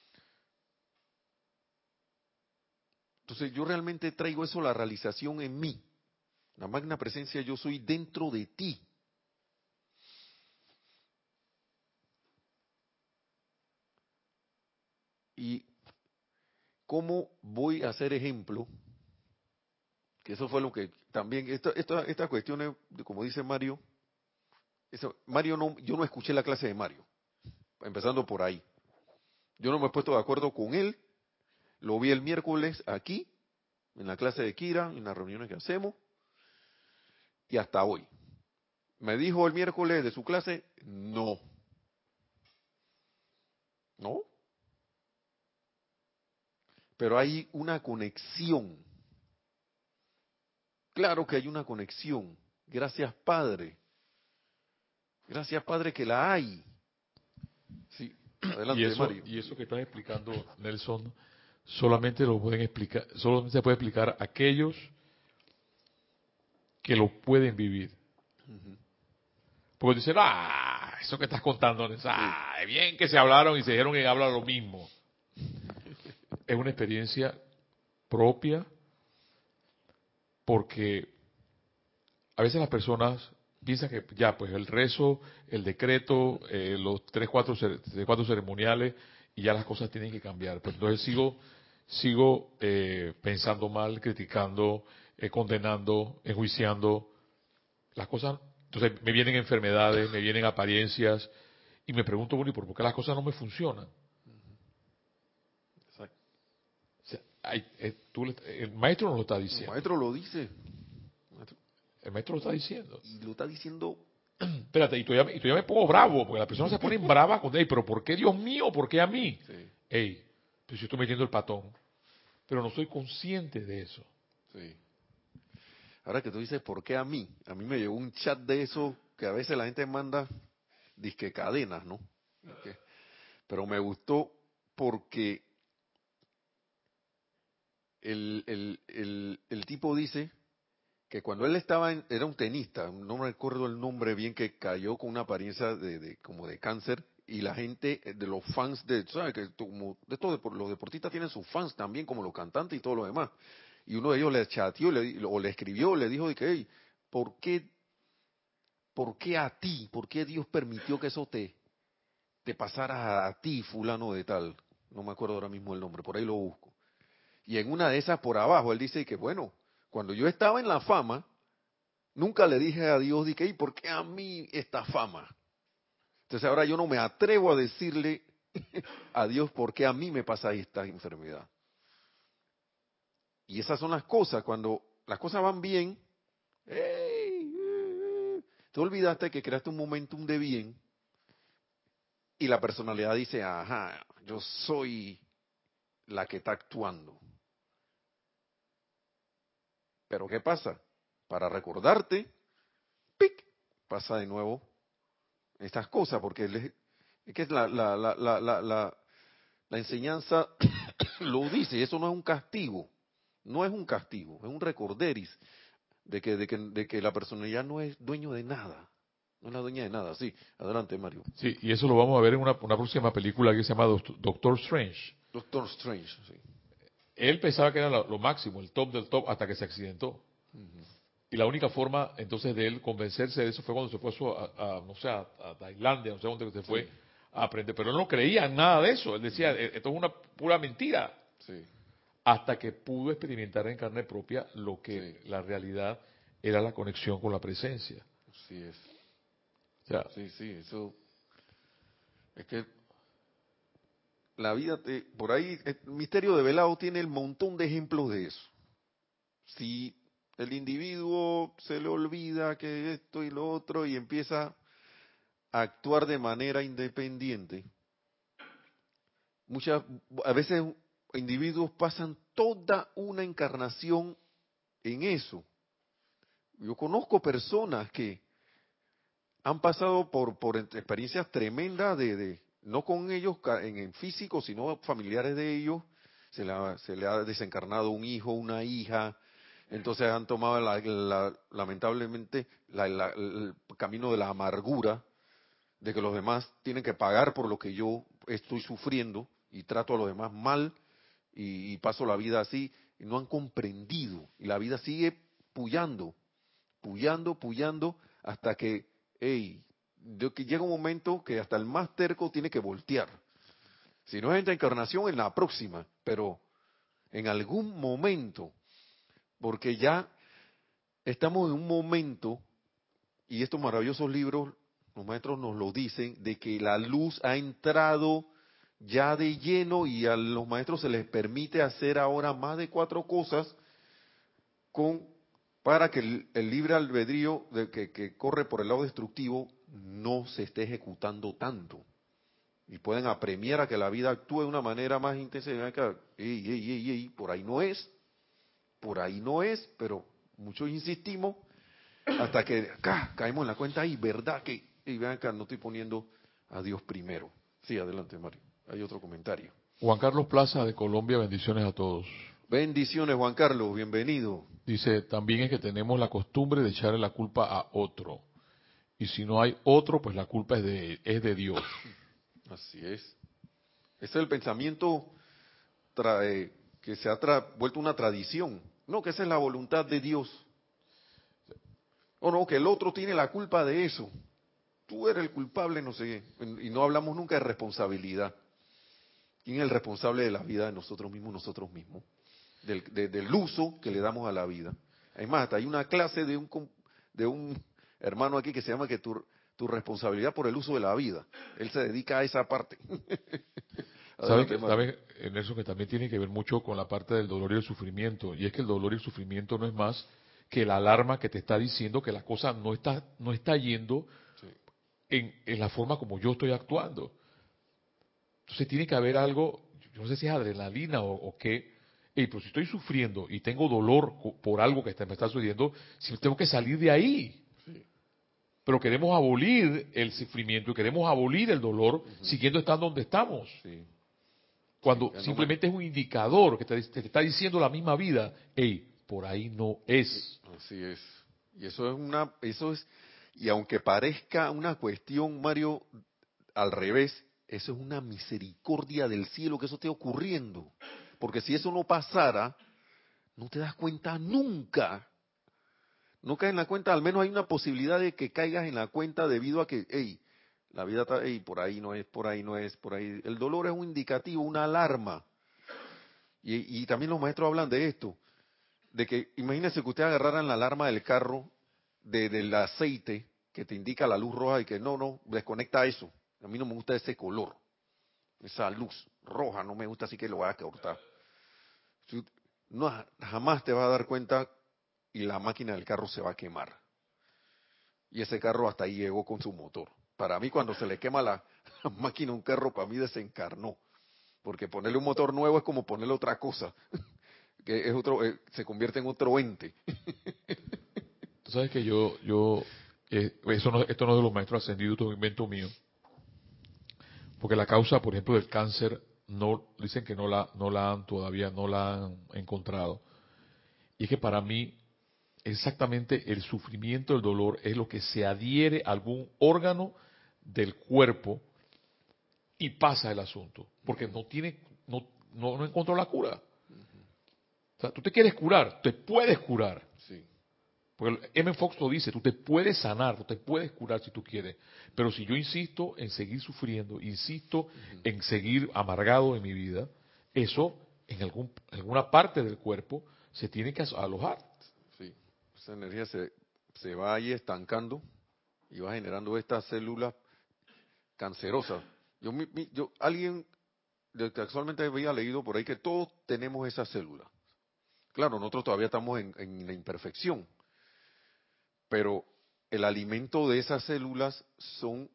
Entonces yo realmente traigo eso, la realización en mí. La magna presencia yo soy dentro de ti. Y cómo voy a hacer ejemplo, que eso fue lo que también, esta cuestión es, como dice Mario, yo no escuché la clase de Mario, empezando por ahí. Yo no me he puesto de acuerdo con él, lo vi el miércoles aquí, en la clase de Kira, en las reuniones que hacemos, y hasta hoy. Me dijo el miércoles de su clase, no. ¿No? Pero hay una conexión. Claro que hay una conexión. Gracias, Padre. Gracias, Padre, que la hay. Sí. Adelante, Mario. Y eso que estás explicando, Nelson, solamente lo pueden explicar, solamente se puede explicar a aquellos que lo pueden vivir. Porque dicen, eso que estás contando, bien que se hablaron y se dijeron que hablan lo mismo. Es una experiencia propia, porque a veces las personas piensan que ya, pues el rezo, el decreto, los cuatro ceremoniales, y ya las cosas tienen que cambiar. Pues entonces sigo pensando mal, criticando, condenando, enjuiciando las cosas. Entonces me vienen enfermedades, me vienen apariencias, y me pregunto, bueno, ¿y por qué las cosas no me funcionan? Exacto. O sea, el maestro nos lo está El diciendo. maestro lo dice. El maestro lo está diciendo. Y lo está diciendo. Espérate, y todavía me pongo bravo, porque las personas se ponen bravas con, pero ¿por qué Dios mío? ¿Por qué a mí? Sí, Pues yo estoy metiendo el patón, pero no soy consciente de eso. sí. Ahora que tú dices, ¿por qué a mí? A mí me llegó un chat de eso que a veces la gente manda disque cadenas, ¿no? Pero me gustó porque el tipo dice que cuando él era un tenista, no me recuerdo el nombre bien, que cayó con una apariencia como de cáncer, y la gente de los fans ¿sabes? Que como de estos los deportistas tienen sus fans también, como los cantantes y todo lo demás. Y uno de ellos le chateó o le escribió, le dijo de que, hey, ¿por qué a ti? ¿Por qué Dios permitió que eso te pasara a ti, fulano de tal? No me acuerdo ahora mismo el nombre, por ahí lo busco. Y en una de esas por abajo, él dice que, bueno, cuando yo estaba en la fama, nunca le dije a Dios, dije, ¿y por qué a mí esta fama? Entonces ahora yo no me atrevo a decirle a Dios por qué a mí me pasa esta enfermedad. Y esas son las cosas, cuando las cosas van bien, ¡ey! Te olvidaste que creaste un momentum de bien y la personalidad dice, ajá, yo soy la que está actuando. Pero ¿qué pasa? Para recordarte, ¡pic!, pasa de nuevo estas cosas, porque es que la enseñanza lo dice, y eso no es un castigo, no es un castigo, es un recorderis de que la personalidad no es dueño de nada, no es la dueña de nada. Sí, adelante, Mario. Sí, y eso lo vamos a ver en una próxima película que se llama Doctor Strange. Doctor Strange, sí. Él pensaba que era lo máximo, el top del top, hasta que se accidentó. Y la única forma entonces de él convencerse de eso fue cuando se fue no sé, a Tailandia, no sé dónde se fue Sí, a aprender. Pero él no creía en nada de eso. Él decía, esto es una pura mentira. sí, Hasta que pudo experimentar en carne propia lo sí, que la realidad era la conexión con la presencia. sí es. O sea, Sí, sí, eso es que la vida, por ahí, el misterio de Velado tiene el montón de ejemplos de eso. Si el individuo se le olvida que esto y lo otro y empieza a actuar de manera independiente, a veces individuos pasan toda una encarnación en eso. Yo conozco personas que han pasado por experiencias tremendas no con ellos en físico, sino familiares de ellos. Se le ha desencarnado un hijo, una hija. Entonces han tomado lamentablemente el camino de la amargura, de que los demás tienen que pagar por lo que yo estoy sufriendo y trato a los demás mal y paso la vida así, y no han comprendido. Y la vida sigue puyando, puyando, hasta que, hey, que llega un momento que hasta el más terco tiene que voltear. Si no es en esta encarnación, en la próxima, pero en algún momento, porque ya estamos en un momento, y estos maravillosos libros, los maestros nos lo dicen, de que la luz ha entrado ya de lleno y a los maestros se les permite hacer ahora más de 4 cosas para que el libre albedrío que corre por el lado destructivo no se esté ejecutando tanto. Y pueden apremiar a que la vida actúe de una manera más intensa. Ey, por ahí no es, pero muchos insistimos hasta que acá caemos en la cuenta, y verdad que, y vean acá, no estoy poniendo a Dios primero. Sí, adelante, Mario. Hay otro comentario. Juan Carlos Plaza de Colombia, bendiciones a todos. Bendiciones, Juan Carlos, bienvenido. Dice, también es que tenemos la costumbre de echarle la culpa a otro. Y si no hay otro, pues la culpa es de Dios. Así es. Ese es el pensamiento que se ha vuelto una tradición. No, que esa es la voluntad de Dios. O no, que el otro tiene la culpa de eso. Tú eres el culpable, no sé. Y no hablamos nunca de responsabilidad. ¿Quién es el responsable de la vida de nosotros mismos, nosotros mismos? Del uso que le damos a la vida. Es más, hasta hay una clase de un hermano aquí que se llama que tu responsabilidad por el uso de la vida. Él se dedica a esa parte. ¿Sabes Adelante, que, Mario. sabes en eso que también tiene que ver mucho con la parte del dolor y el sufrimiento? Y es que el dolor y el sufrimiento no es más que la alarma que te está diciendo que la cosa no está yendo Sí, en la forma como yo estoy actuando. Entonces tiene que haber algo, yo no sé si es adrenalina o qué. Ey, pero si estoy sufriendo y tengo dolor por algo que me está sucediendo, si tengo que salir de ahí. sí, Pero queremos abolir el sufrimiento y queremos abolir el dolor siguiendo estando donde estamos. sí, sí. Cuando simplemente es un indicador que te está diciendo la misma vida, hey, por ahí no es. Así es. Y y aunque parezca una cuestión, Mario, al revés, eso es una misericordia del cielo que eso esté ocurriendo. Porque si eso no pasara, no te das cuenta nunca. No caes en la cuenta, al menos hay una posibilidad de que caigas en la cuenta debido a que, hey, la vida está, hey, por ahí no es, por ahí no es, por ahí. El dolor es un indicativo, una alarma. Y también los maestros hablan de esto, de que imagínense que ustedes agarraran la alarma del carro del aceite que te indica la luz roja y que no, desconecta eso. A mí no me gusta ese color, esa luz roja, no me gusta, así que lo voy a cortar. No, jamás te vas a dar cuenta y la máquina del carro se va a quemar. Y ese carro hasta ahí llegó con su motor. Para mí, cuando se le quema la máquina a un carro, para mí desencarnó. Porque ponerle un motor nuevo es como ponerle otra cosa, que es otro, se convierte en otro ente. Tú sabes que esto no es de los maestros ascendidos, esto es un invento mío. Porque la causa, por ejemplo, del cáncer, dicen que todavía no la han encontrado. Y es que para mí, exactamente el sufrimiento, el dolor, es lo que se adhiere a algún órgano del cuerpo y pasa el asunto. Porque no encontró la cura. O sea, tú te quieres curar, te puedes curar. Sí, Porque M. Fox lo dice, tú te puedes sanar, tú te puedes curar si tú quieres. Pero si yo insisto en seguir sufriendo, insisto en seguir amargado en mi vida, eso en alguna parte del cuerpo se tiene que alojar. sí. Esa energía se va ahí estancando y va generando estas células cancerosas. Alguien actualmente había leído por ahí que todos tenemos esas células. Claro, nosotros todavía estamos en la imperfección, pero el alimento de esas células son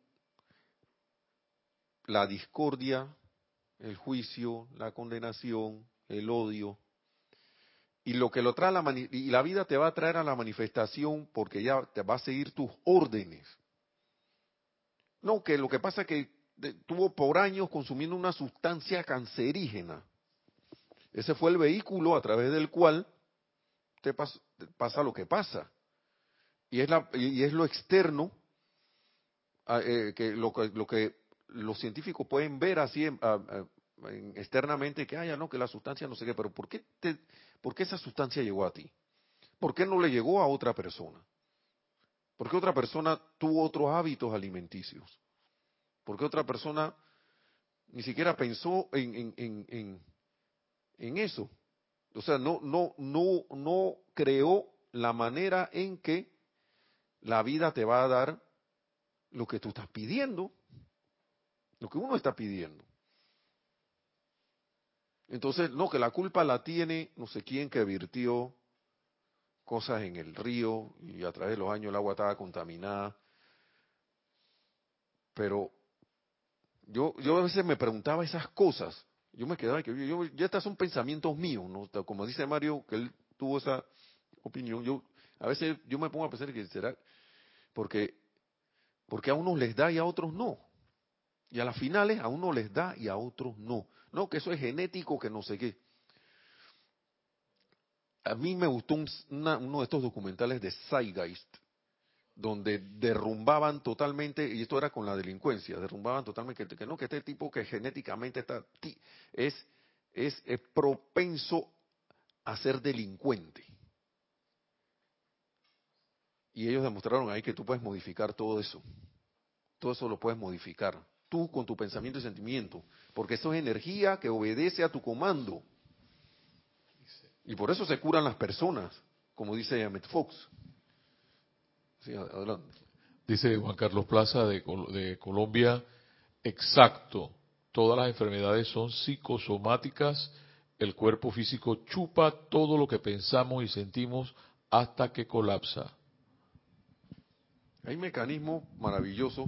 la discordia, el juicio, la condenación, el odio, y lo que lo trae y la vida te va a traer a la manifestación porque ya te va a seguir tus órdenes. No, que lo que pasa es que tuvo por años consumiendo una sustancia cancerígena. Ese fue el vehículo a través del cual te pasa lo que pasa. Y es lo externo que los científicos pueden ver así externamente que no, que la sustancia no sé qué, pero ¿por qué esa sustancia llegó a ti? ¿Por qué no le llegó a otra persona? ¿Por qué otra persona tuvo otros hábitos alimenticios? ¿Por qué otra persona ni siquiera pensó en eso? O sea, no creó la manera en que la vida te va a dar lo que tú estás pidiendo, lo que uno está pidiendo. Entonces, no, que la culpa la tiene no sé quién que virtió cosas en el río y a través de los años el agua estaba contaminada. Pero yo a veces me preguntaba esas cosas. Yo me quedaba que ya estos son pensamientos míos, ¿no? Como dice Mario, que él tuvo esa opinión. A veces yo me pongo a pensar que será porque a unos les da y a otros no. Y a las finales a uno les da y a otros no. No, que eso es genético, que no sé qué. A mí me gustó uno de estos documentales de Zeitgeist, donde derrumbaban totalmente, y esto era con la delincuencia, derrumbaban totalmente que no, que este tipo que genéticamente es propenso a ser delincuente. Y ellos demostraron ahí que tú puedes modificar todo eso. Todo eso lo puedes modificar. Tú con tu pensamiento y sentimiento. Porque eso es energía que obedece a tu comando. Y por eso se curan las personas, como dice Ahmed Fox. Sí, adelante. Dice Juan Carlos Plaza de Colombia, exacto, todas las enfermedades son psicosomáticas, el cuerpo físico chupa todo lo que pensamos y sentimos hasta que colapsa. Hay mecanismos maravillosos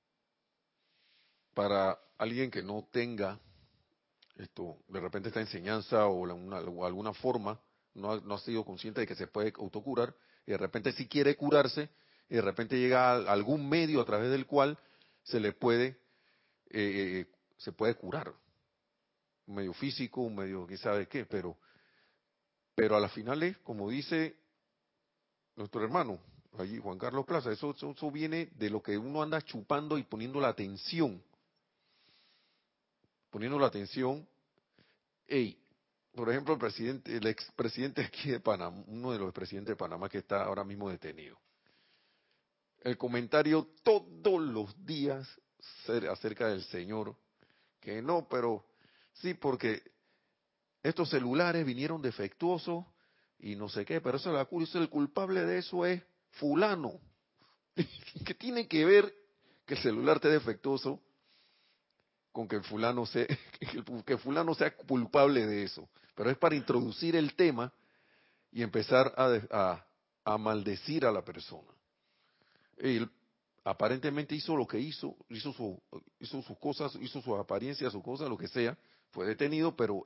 para alguien que no tenga de repente esta enseñanza o alguna forma, no ha sido consciente de que se puede autocurar, y de repente sí quiere curarse, y de repente llega a algún medio a través del cual se le puede, se puede curar. Un medio físico, un medio quién sabe qué, pero a las finales, como dice nuestro hermano, allí Juan Carlos Plaza, eso viene de lo que uno anda chupando y poniendo la atención. Poniendo la atención. Ey, por ejemplo, el expresidente aquí de Panamá, uno de los presidentes de Panamá que está ahora mismo detenido. El comentario todos los días acerca del señor, que no, pero sí, porque estos celulares vinieron defectuosos y no sé qué, pero eso el culpable de eso es fulano. ¿Qué tiene que ver que el celular esté defectuoso con que que fulano sea culpable de eso? Pero es para introducir el tema y empezar a maldecir a la persona. Él aparentemente hizo lo que hizo sus cosas, hizo sus apariencias, sus cosas, lo que sea, fue detenido, pero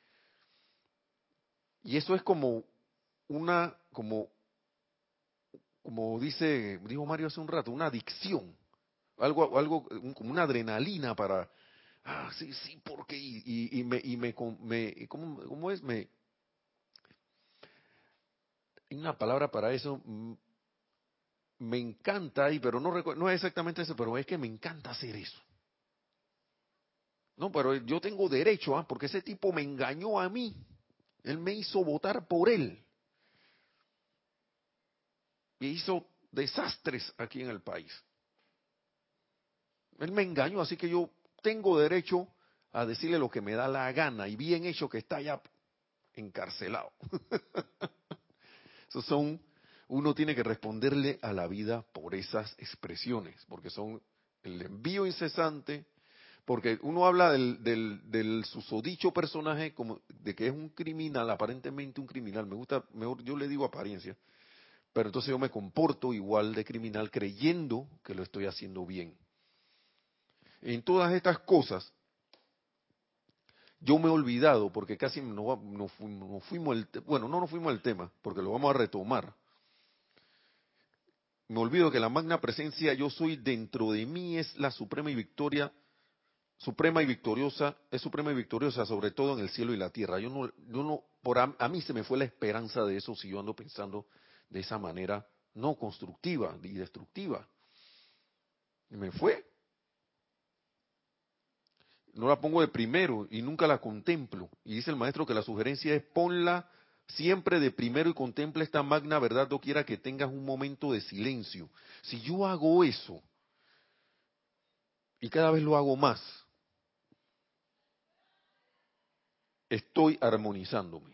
y eso es como una, como dijo Mario hace un rato, una adicción, como una adrenalina para, sí, sí, porque, ¿cómo es? Hay una palabra para eso, me encanta, pero no es exactamente eso, pero es que me encanta hacer eso. No, pero yo tengo derecho, porque ese tipo me engañó a mí. Él me hizo votar por él. Y hizo desastres aquí en el país. Él me engañó, así que yo tengo derecho a decirle lo que me da la gana. Y bien hecho que está ya encarcelado. Uno tiene que responderle a la vida por esas expresiones, porque son el envío incesante. Porque uno habla del susodicho personaje como de que es un criminal, aparentemente un criminal. Me gusta, mejor yo le digo apariencia, pero entonces yo me comporto igual de criminal creyendo que lo estoy haciendo bien. En todas estas cosas, yo me he olvidado, porque casi no fuimos no fuimos al tema, porque lo vamos a retomar. Me olvido que la magna presencia yo soy dentro de mí es la suprema y victoriosa, es suprema y victoriosa sobre todo en el cielo y la tierra. A mí se me fue la esperanza de eso si yo ando pensando de esa manera no constructiva y destructiva. Me fue. No la pongo de primero y nunca la contemplo. Y dice el maestro que la sugerencia es ponla siempre de primero y contempla esta magna verdad doquiera que tengas un momento de silencio. Si yo hago eso y cada vez lo hago más, estoy armonizándome.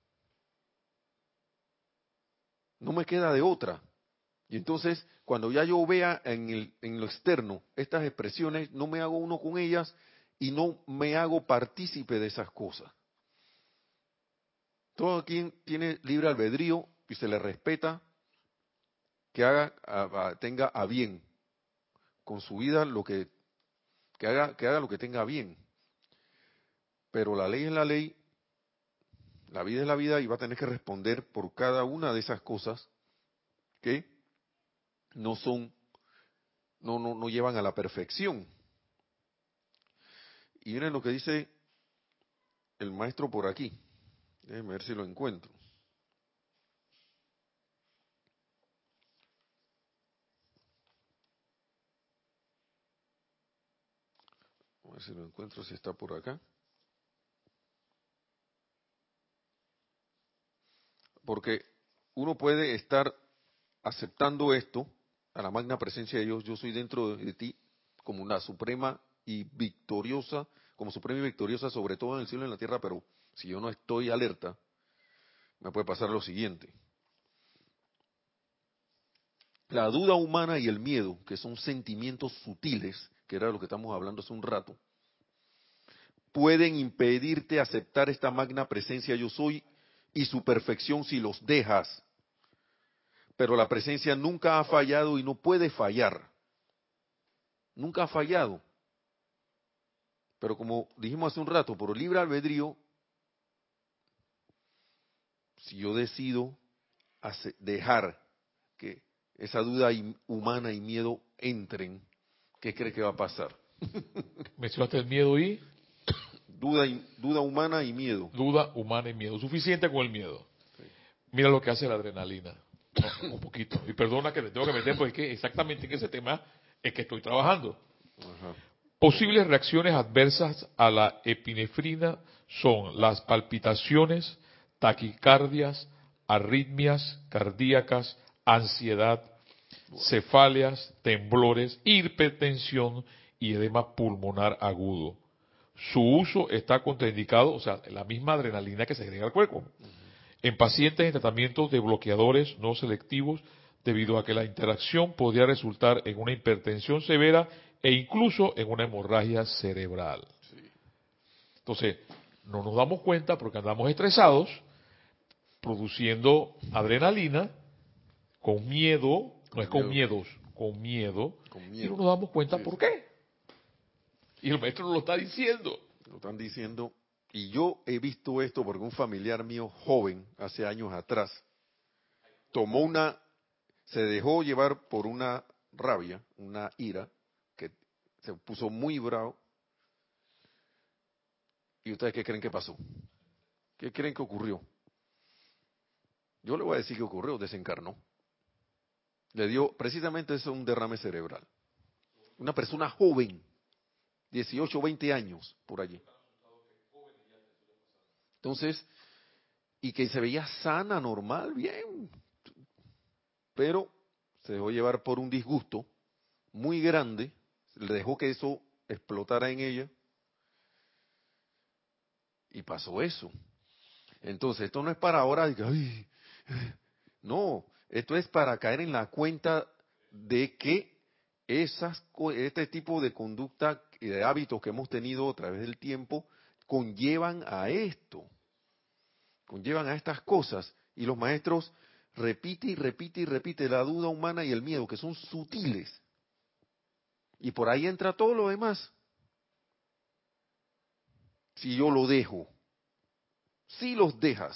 No me queda de otra. Y entonces, cuando ya yo vea en lo externo estas expresiones, no me hago uno con ellas y no me hago partícipe de esas cosas. Todo quien tiene libre albedrío y se le respeta que tenga a bien con su vida que haga lo que tenga a bien. Pero la ley es la ley, la vida es la vida y va a tener que responder por cada una de esas cosas que no llevan a la perfección. Y miren lo que dice el maestro por aquí. Déjenme ver si lo encuentro. A ver si lo encuentro, si está por acá. Porque uno puede estar aceptando esto, a la magna presencia de Dios, yo soy dentro de ti, como una suprema y victoriosa, como suprema y victoriosa sobre todo en el cielo y en la tierra, pero si yo no estoy alerta, me puede pasar lo siguiente. La duda humana y el miedo, que son sentimientos sutiles, que era lo que estamos hablando hace un rato, pueden impedirte aceptar esta magna presencia yo soy y su perfección si los dejas. Pero la presencia nunca ha fallado y no puede fallar. Nunca ha fallado. Pero como dijimos hace un rato, por libre albedrío, si yo decido dejar que esa duda humana y miedo entren, ¿qué cree que va a pasar? Mencionaste el miedo y Duda humana y miedo. duda humana y miedo. Suficiente con el miedo. Sí. Mira lo que hace la adrenalina. No, un poquito. Y perdona que me tengo que meter, porque es que exactamente en ese tema es que estoy trabajando. Ajá. Posibles reacciones adversas a la epinefrina son las palpitaciones, taquicardias, arritmias cardíacas, ansiedad, cefaleas, temblores, hipertensión y edema pulmonar agudo. Su uso está contraindicado, o sea, la misma adrenalina que se agrega al cuerpo, en pacientes en tratamientos de bloqueadores no selectivos, debido a que la interacción podría resultar en una hipertensión severa e incluso en una hemorragia cerebral. Sí. Entonces, no nos damos cuenta porque andamos estresados, produciendo adrenalina, con miedo, no Con es con miedo. miedos, con miedo, Con y no miedo. nos damos cuenta Sí, por sí. qué. Y el maestro nos lo está diciendo. Lo están diciendo. Y yo he visto esto porque un familiar mío joven, hace años atrás, se dejó llevar por una rabia, una ira, que se puso muy bravo. ¿Y ustedes qué creen que pasó? ¿Qué creen que ocurrió? Yo le voy a decir que ocurrió, desencarnó. Le dio precisamente eso, un derrame cerebral. Una persona joven, 18, 20 años, por allí. Entonces, y que se veía sana, normal, bien, pero se dejó llevar por un disgusto muy grande, le dejó que eso explotara en ella y pasó eso. Entonces, esto no es para ahora, de que, "Ay", no, esto es para caer en la cuenta de que este tipo de conducta y de hábitos que hemos tenido a través del tiempo conllevan a esto, conllevan a estas cosas. Y los maestros repite y repite y repite la duda humana y el miedo, que son sutiles. Y por ahí entra todo lo demás. Si yo lo dejo, si los dejas.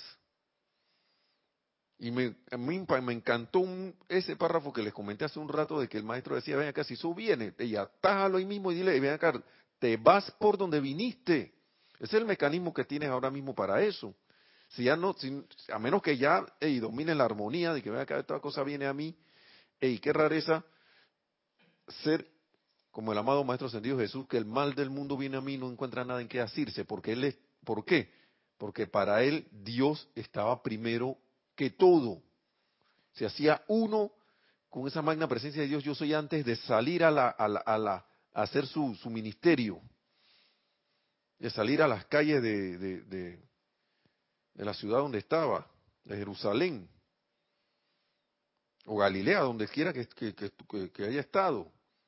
Y a mí me encantó ese párrafo que les comenté hace un rato de que el maestro decía, ven acá, si eso viene, y atájalo ahí mismo y dile, ven acá, te vas por donde viniste. Ese es el mecanismo que tienes ahora mismo para eso. Si ya no, a menos que ya dominen la armonía de que ven acá, esta cosa viene a mí, qué rareza ser como el amado Maestro Ascendido Jesús, que el mal del mundo viene a mí y no encuentra nada en qué asirse, porque ¿por qué? Porque para él Dios estaba primero que todo. Se hacía uno con esa magna presencia de Dios, yo soy antes de salir a hacer su ministerio, de salir a las calles de la ciudad donde estaba, de Jerusalén, o Galilea, donde quiera que haya estado.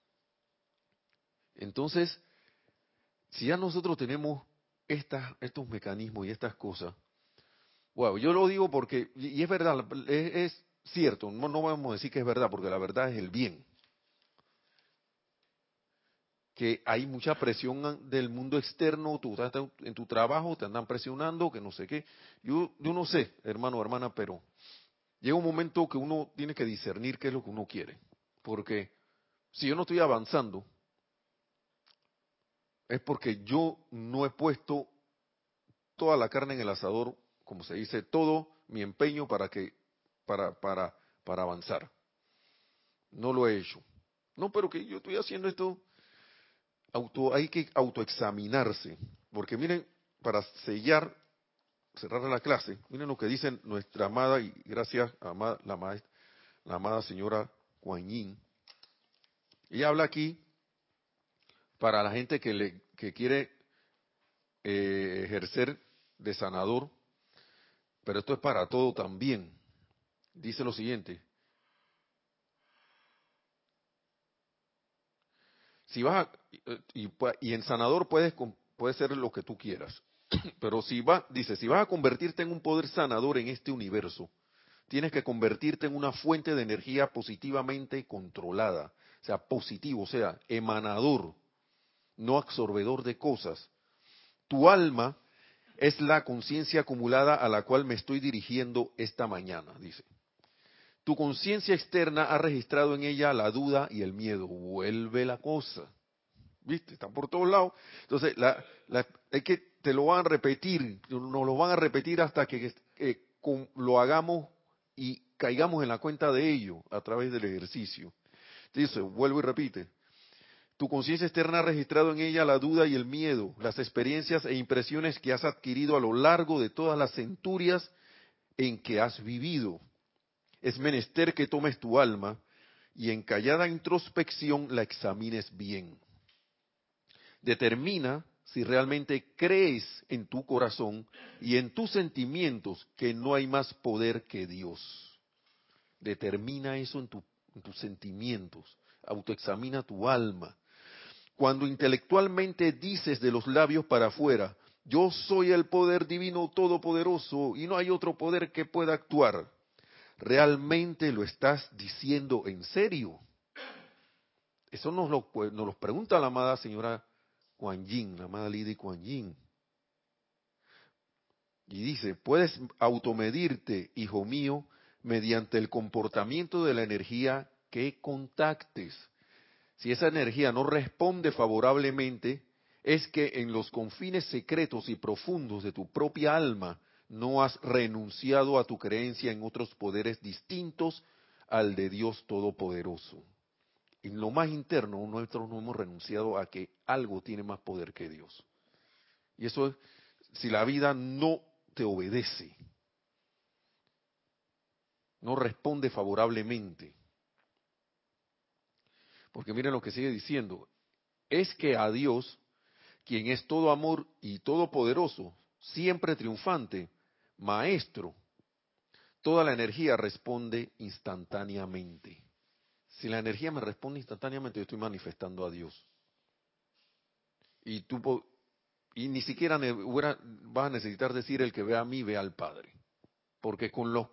Entonces, si ya nosotros tenemos estos mecanismos y estas cosas, wow, yo lo digo porque, y es verdad, es cierto, no vamos a decir que es verdad, porque la verdad es el bien. Que hay mucha presión del mundo externo, tú estás en tu trabajo, te andan presionando, que no sé qué. Yo no sé, hermano o hermana, pero llega un momento que uno tiene que discernir qué es lo que uno quiere. Porque si yo no estoy avanzando, es porque yo no he puesto toda la carne en el asador, como se dice, todo mi empeño para avanzar. No lo he hecho. No, pero que yo estoy haciendo esto, hay que autoexaminarse. Porque miren, para cerrar la clase, miren lo que dice nuestra amada, y gracias a la amada señora Kuan Yin. Ella habla aquí para la gente que quiere ejercer de sanador, pero esto es para todo también. Dice lo siguiente: si vas y en sanador puede ser lo que tú quieras, pero si vas a convertirte en un poder sanador en este universo, tienes que convertirte en una fuente de energía positivamente controlada, o sea, positivo, o sea, emanador, no absorbedor de cosas. Tu alma es la conciencia acumulada a la cual me estoy dirigiendo esta mañana, dice. Tu conciencia externa ha registrado en ella la duda y el miedo. Vuelve la cosa. ¿Viste? Están por todos lados. Entonces, es que te lo van a repetir, nos lo van a repetir hasta que lo hagamos y caigamos en la cuenta de ello a través del ejercicio. Dice, vuelvo y repite. Tu conciencia externa ha registrado en ella la duda y el miedo, las experiencias e impresiones que has adquirido a lo largo de todas las centurias en que has vivido. Es menester que tomes tu alma y en callada introspección la examines bien. Determina si realmente crees en tu corazón y en tus sentimientos que no hay más poder que Dios. Determina eso en tus sentimientos. Autoexamina tu alma. Cuando intelectualmente dices de los labios para afuera, yo soy el poder divino todopoderoso y no hay otro poder que pueda actuar, ¿realmente lo estás diciendo en serio? Eso nos lo pregunta la amada señora Kuan Yin, la amada Lady Kuan Yin. Y dice, puedes automedirte, hijo mío, mediante el comportamiento de la energía que contactes. Si esa energía no responde favorablemente, es que en los confines secretos y profundos de tu propia alma no has renunciado a tu creencia en otros poderes distintos al de Dios Todopoderoso. En lo más interno, nosotros no hemos renunciado a que algo tiene más poder que Dios. Y eso es, si la vida no te obedece, no responde favorablemente. Porque miren lo que sigue diciendo, es que a Dios, quien es todo amor y todopoderoso, siempre triunfante, maestro, toda la energía responde instantáneamente. Si la energía me responde instantáneamente, yo estoy manifestando a Dios. Y ni siquiera vas a necesitar decir el que ve a mí, ve al Padre. Porque con lo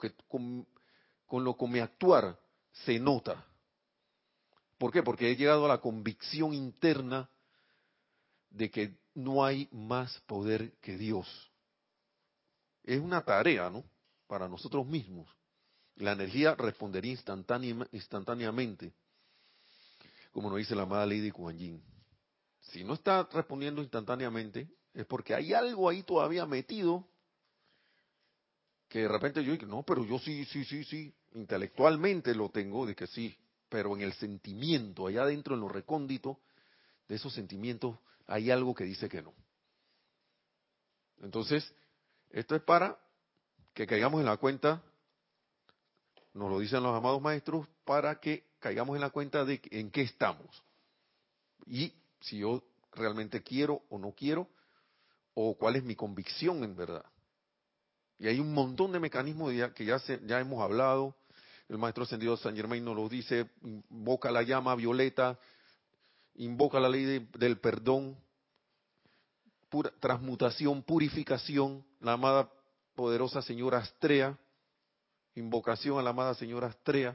que me actuar se nota. ¿Por qué? Porque he llegado a la convicción interna de que no hay más poder que Dios. Es una tarea, ¿no? Para nosotros mismos. La energía respondería instantáneamente, como nos dice la amada Lady Kuan Yin. Si no está respondiendo instantáneamente, es porque hay algo ahí todavía metido que de repente yo digo, no, pero yo sí, intelectualmente lo tengo de que sí, pero en el sentimiento, allá adentro, en lo recóndito de esos sentimientos, hay algo que dice que no. Entonces, esto es para que caigamos en la cuenta, nos lo dicen los amados maestros, para que caigamos en la cuenta de en qué estamos. Y si yo realmente quiero o no quiero, o cuál es mi convicción en verdad. Y hay un montón de mecanismos que ya hemos hablado. El maestro ascendido Saint Germain nos lo dice, invoca la llama violeta, invoca la ley del perdón, transmutación, purificación, la amada poderosa señora Astrea, invocación a la amada señora Astrea.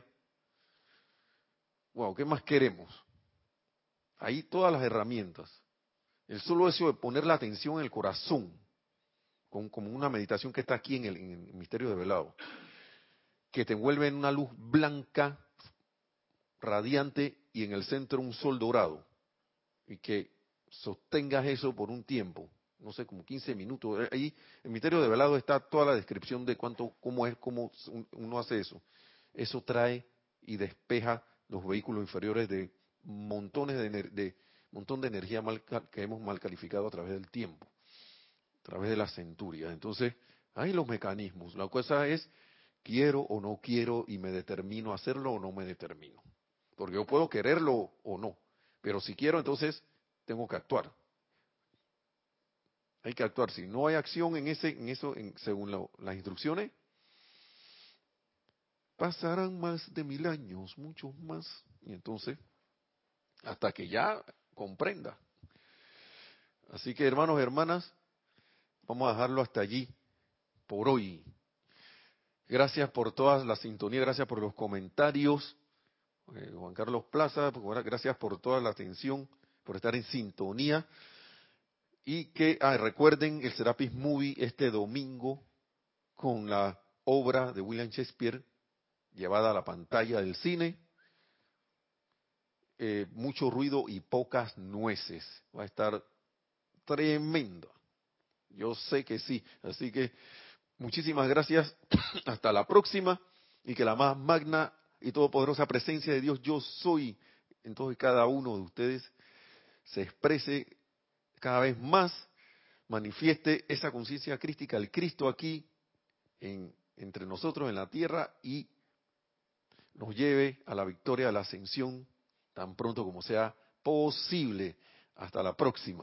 Wow, ¿qué más queremos? Ahí todas las herramientas. El solo hecho de poner la atención en el corazón, como una meditación que está aquí en el misterio de velado, que te envuelve en una luz blanca, radiante, y en el centro un sol dorado, y que sostengas eso por un tiempo, no sé, como 15 minutos. Ahí, en Misterio de Velado está toda la descripción de cómo uno hace eso. Eso trae y despeja los vehículos inferiores de montones de montón de energía que hemos mal calificado a través del tiempo, a través de las centurias. Entonces, hay los mecanismos. La cosa es, quiero o no quiero y me determino a hacerlo o no me determino. Porque yo puedo quererlo o no, pero si quiero, entonces tengo que actuar. Hay que actuar. Si no hay acción según las instrucciones, pasarán más de 1000 años, muchos más. Y entonces, hasta que ya comprenda. Así que, hermanos, hermanas, vamos a dejarlo hasta allí por hoy. Gracias por toda la sintonía, gracias por los comentarios. Juan Carlos Plaza, gracias por toda la atención, por estar en sintonía. Y que recuerden el Serapis Movie este domingo con la obra de William Shakespeare llevada a la pantalla del cine. Mucho ruido y pocas nueces. Va a estar tremenda. Yo sé que sí. Así que muchísimas gracias. Hasta la próxima. Y que la más magna y todopoderosa presencia de Dios, yo soy, en todos y cada uno de ustedes, se exprese cada vez más, manifieste esa conciencia crística, el Cristo aquí entre nosotros en la tierra y nos lleve a la victoria, a la ascensión, tan pronto como sea posible. Hasta la próxima.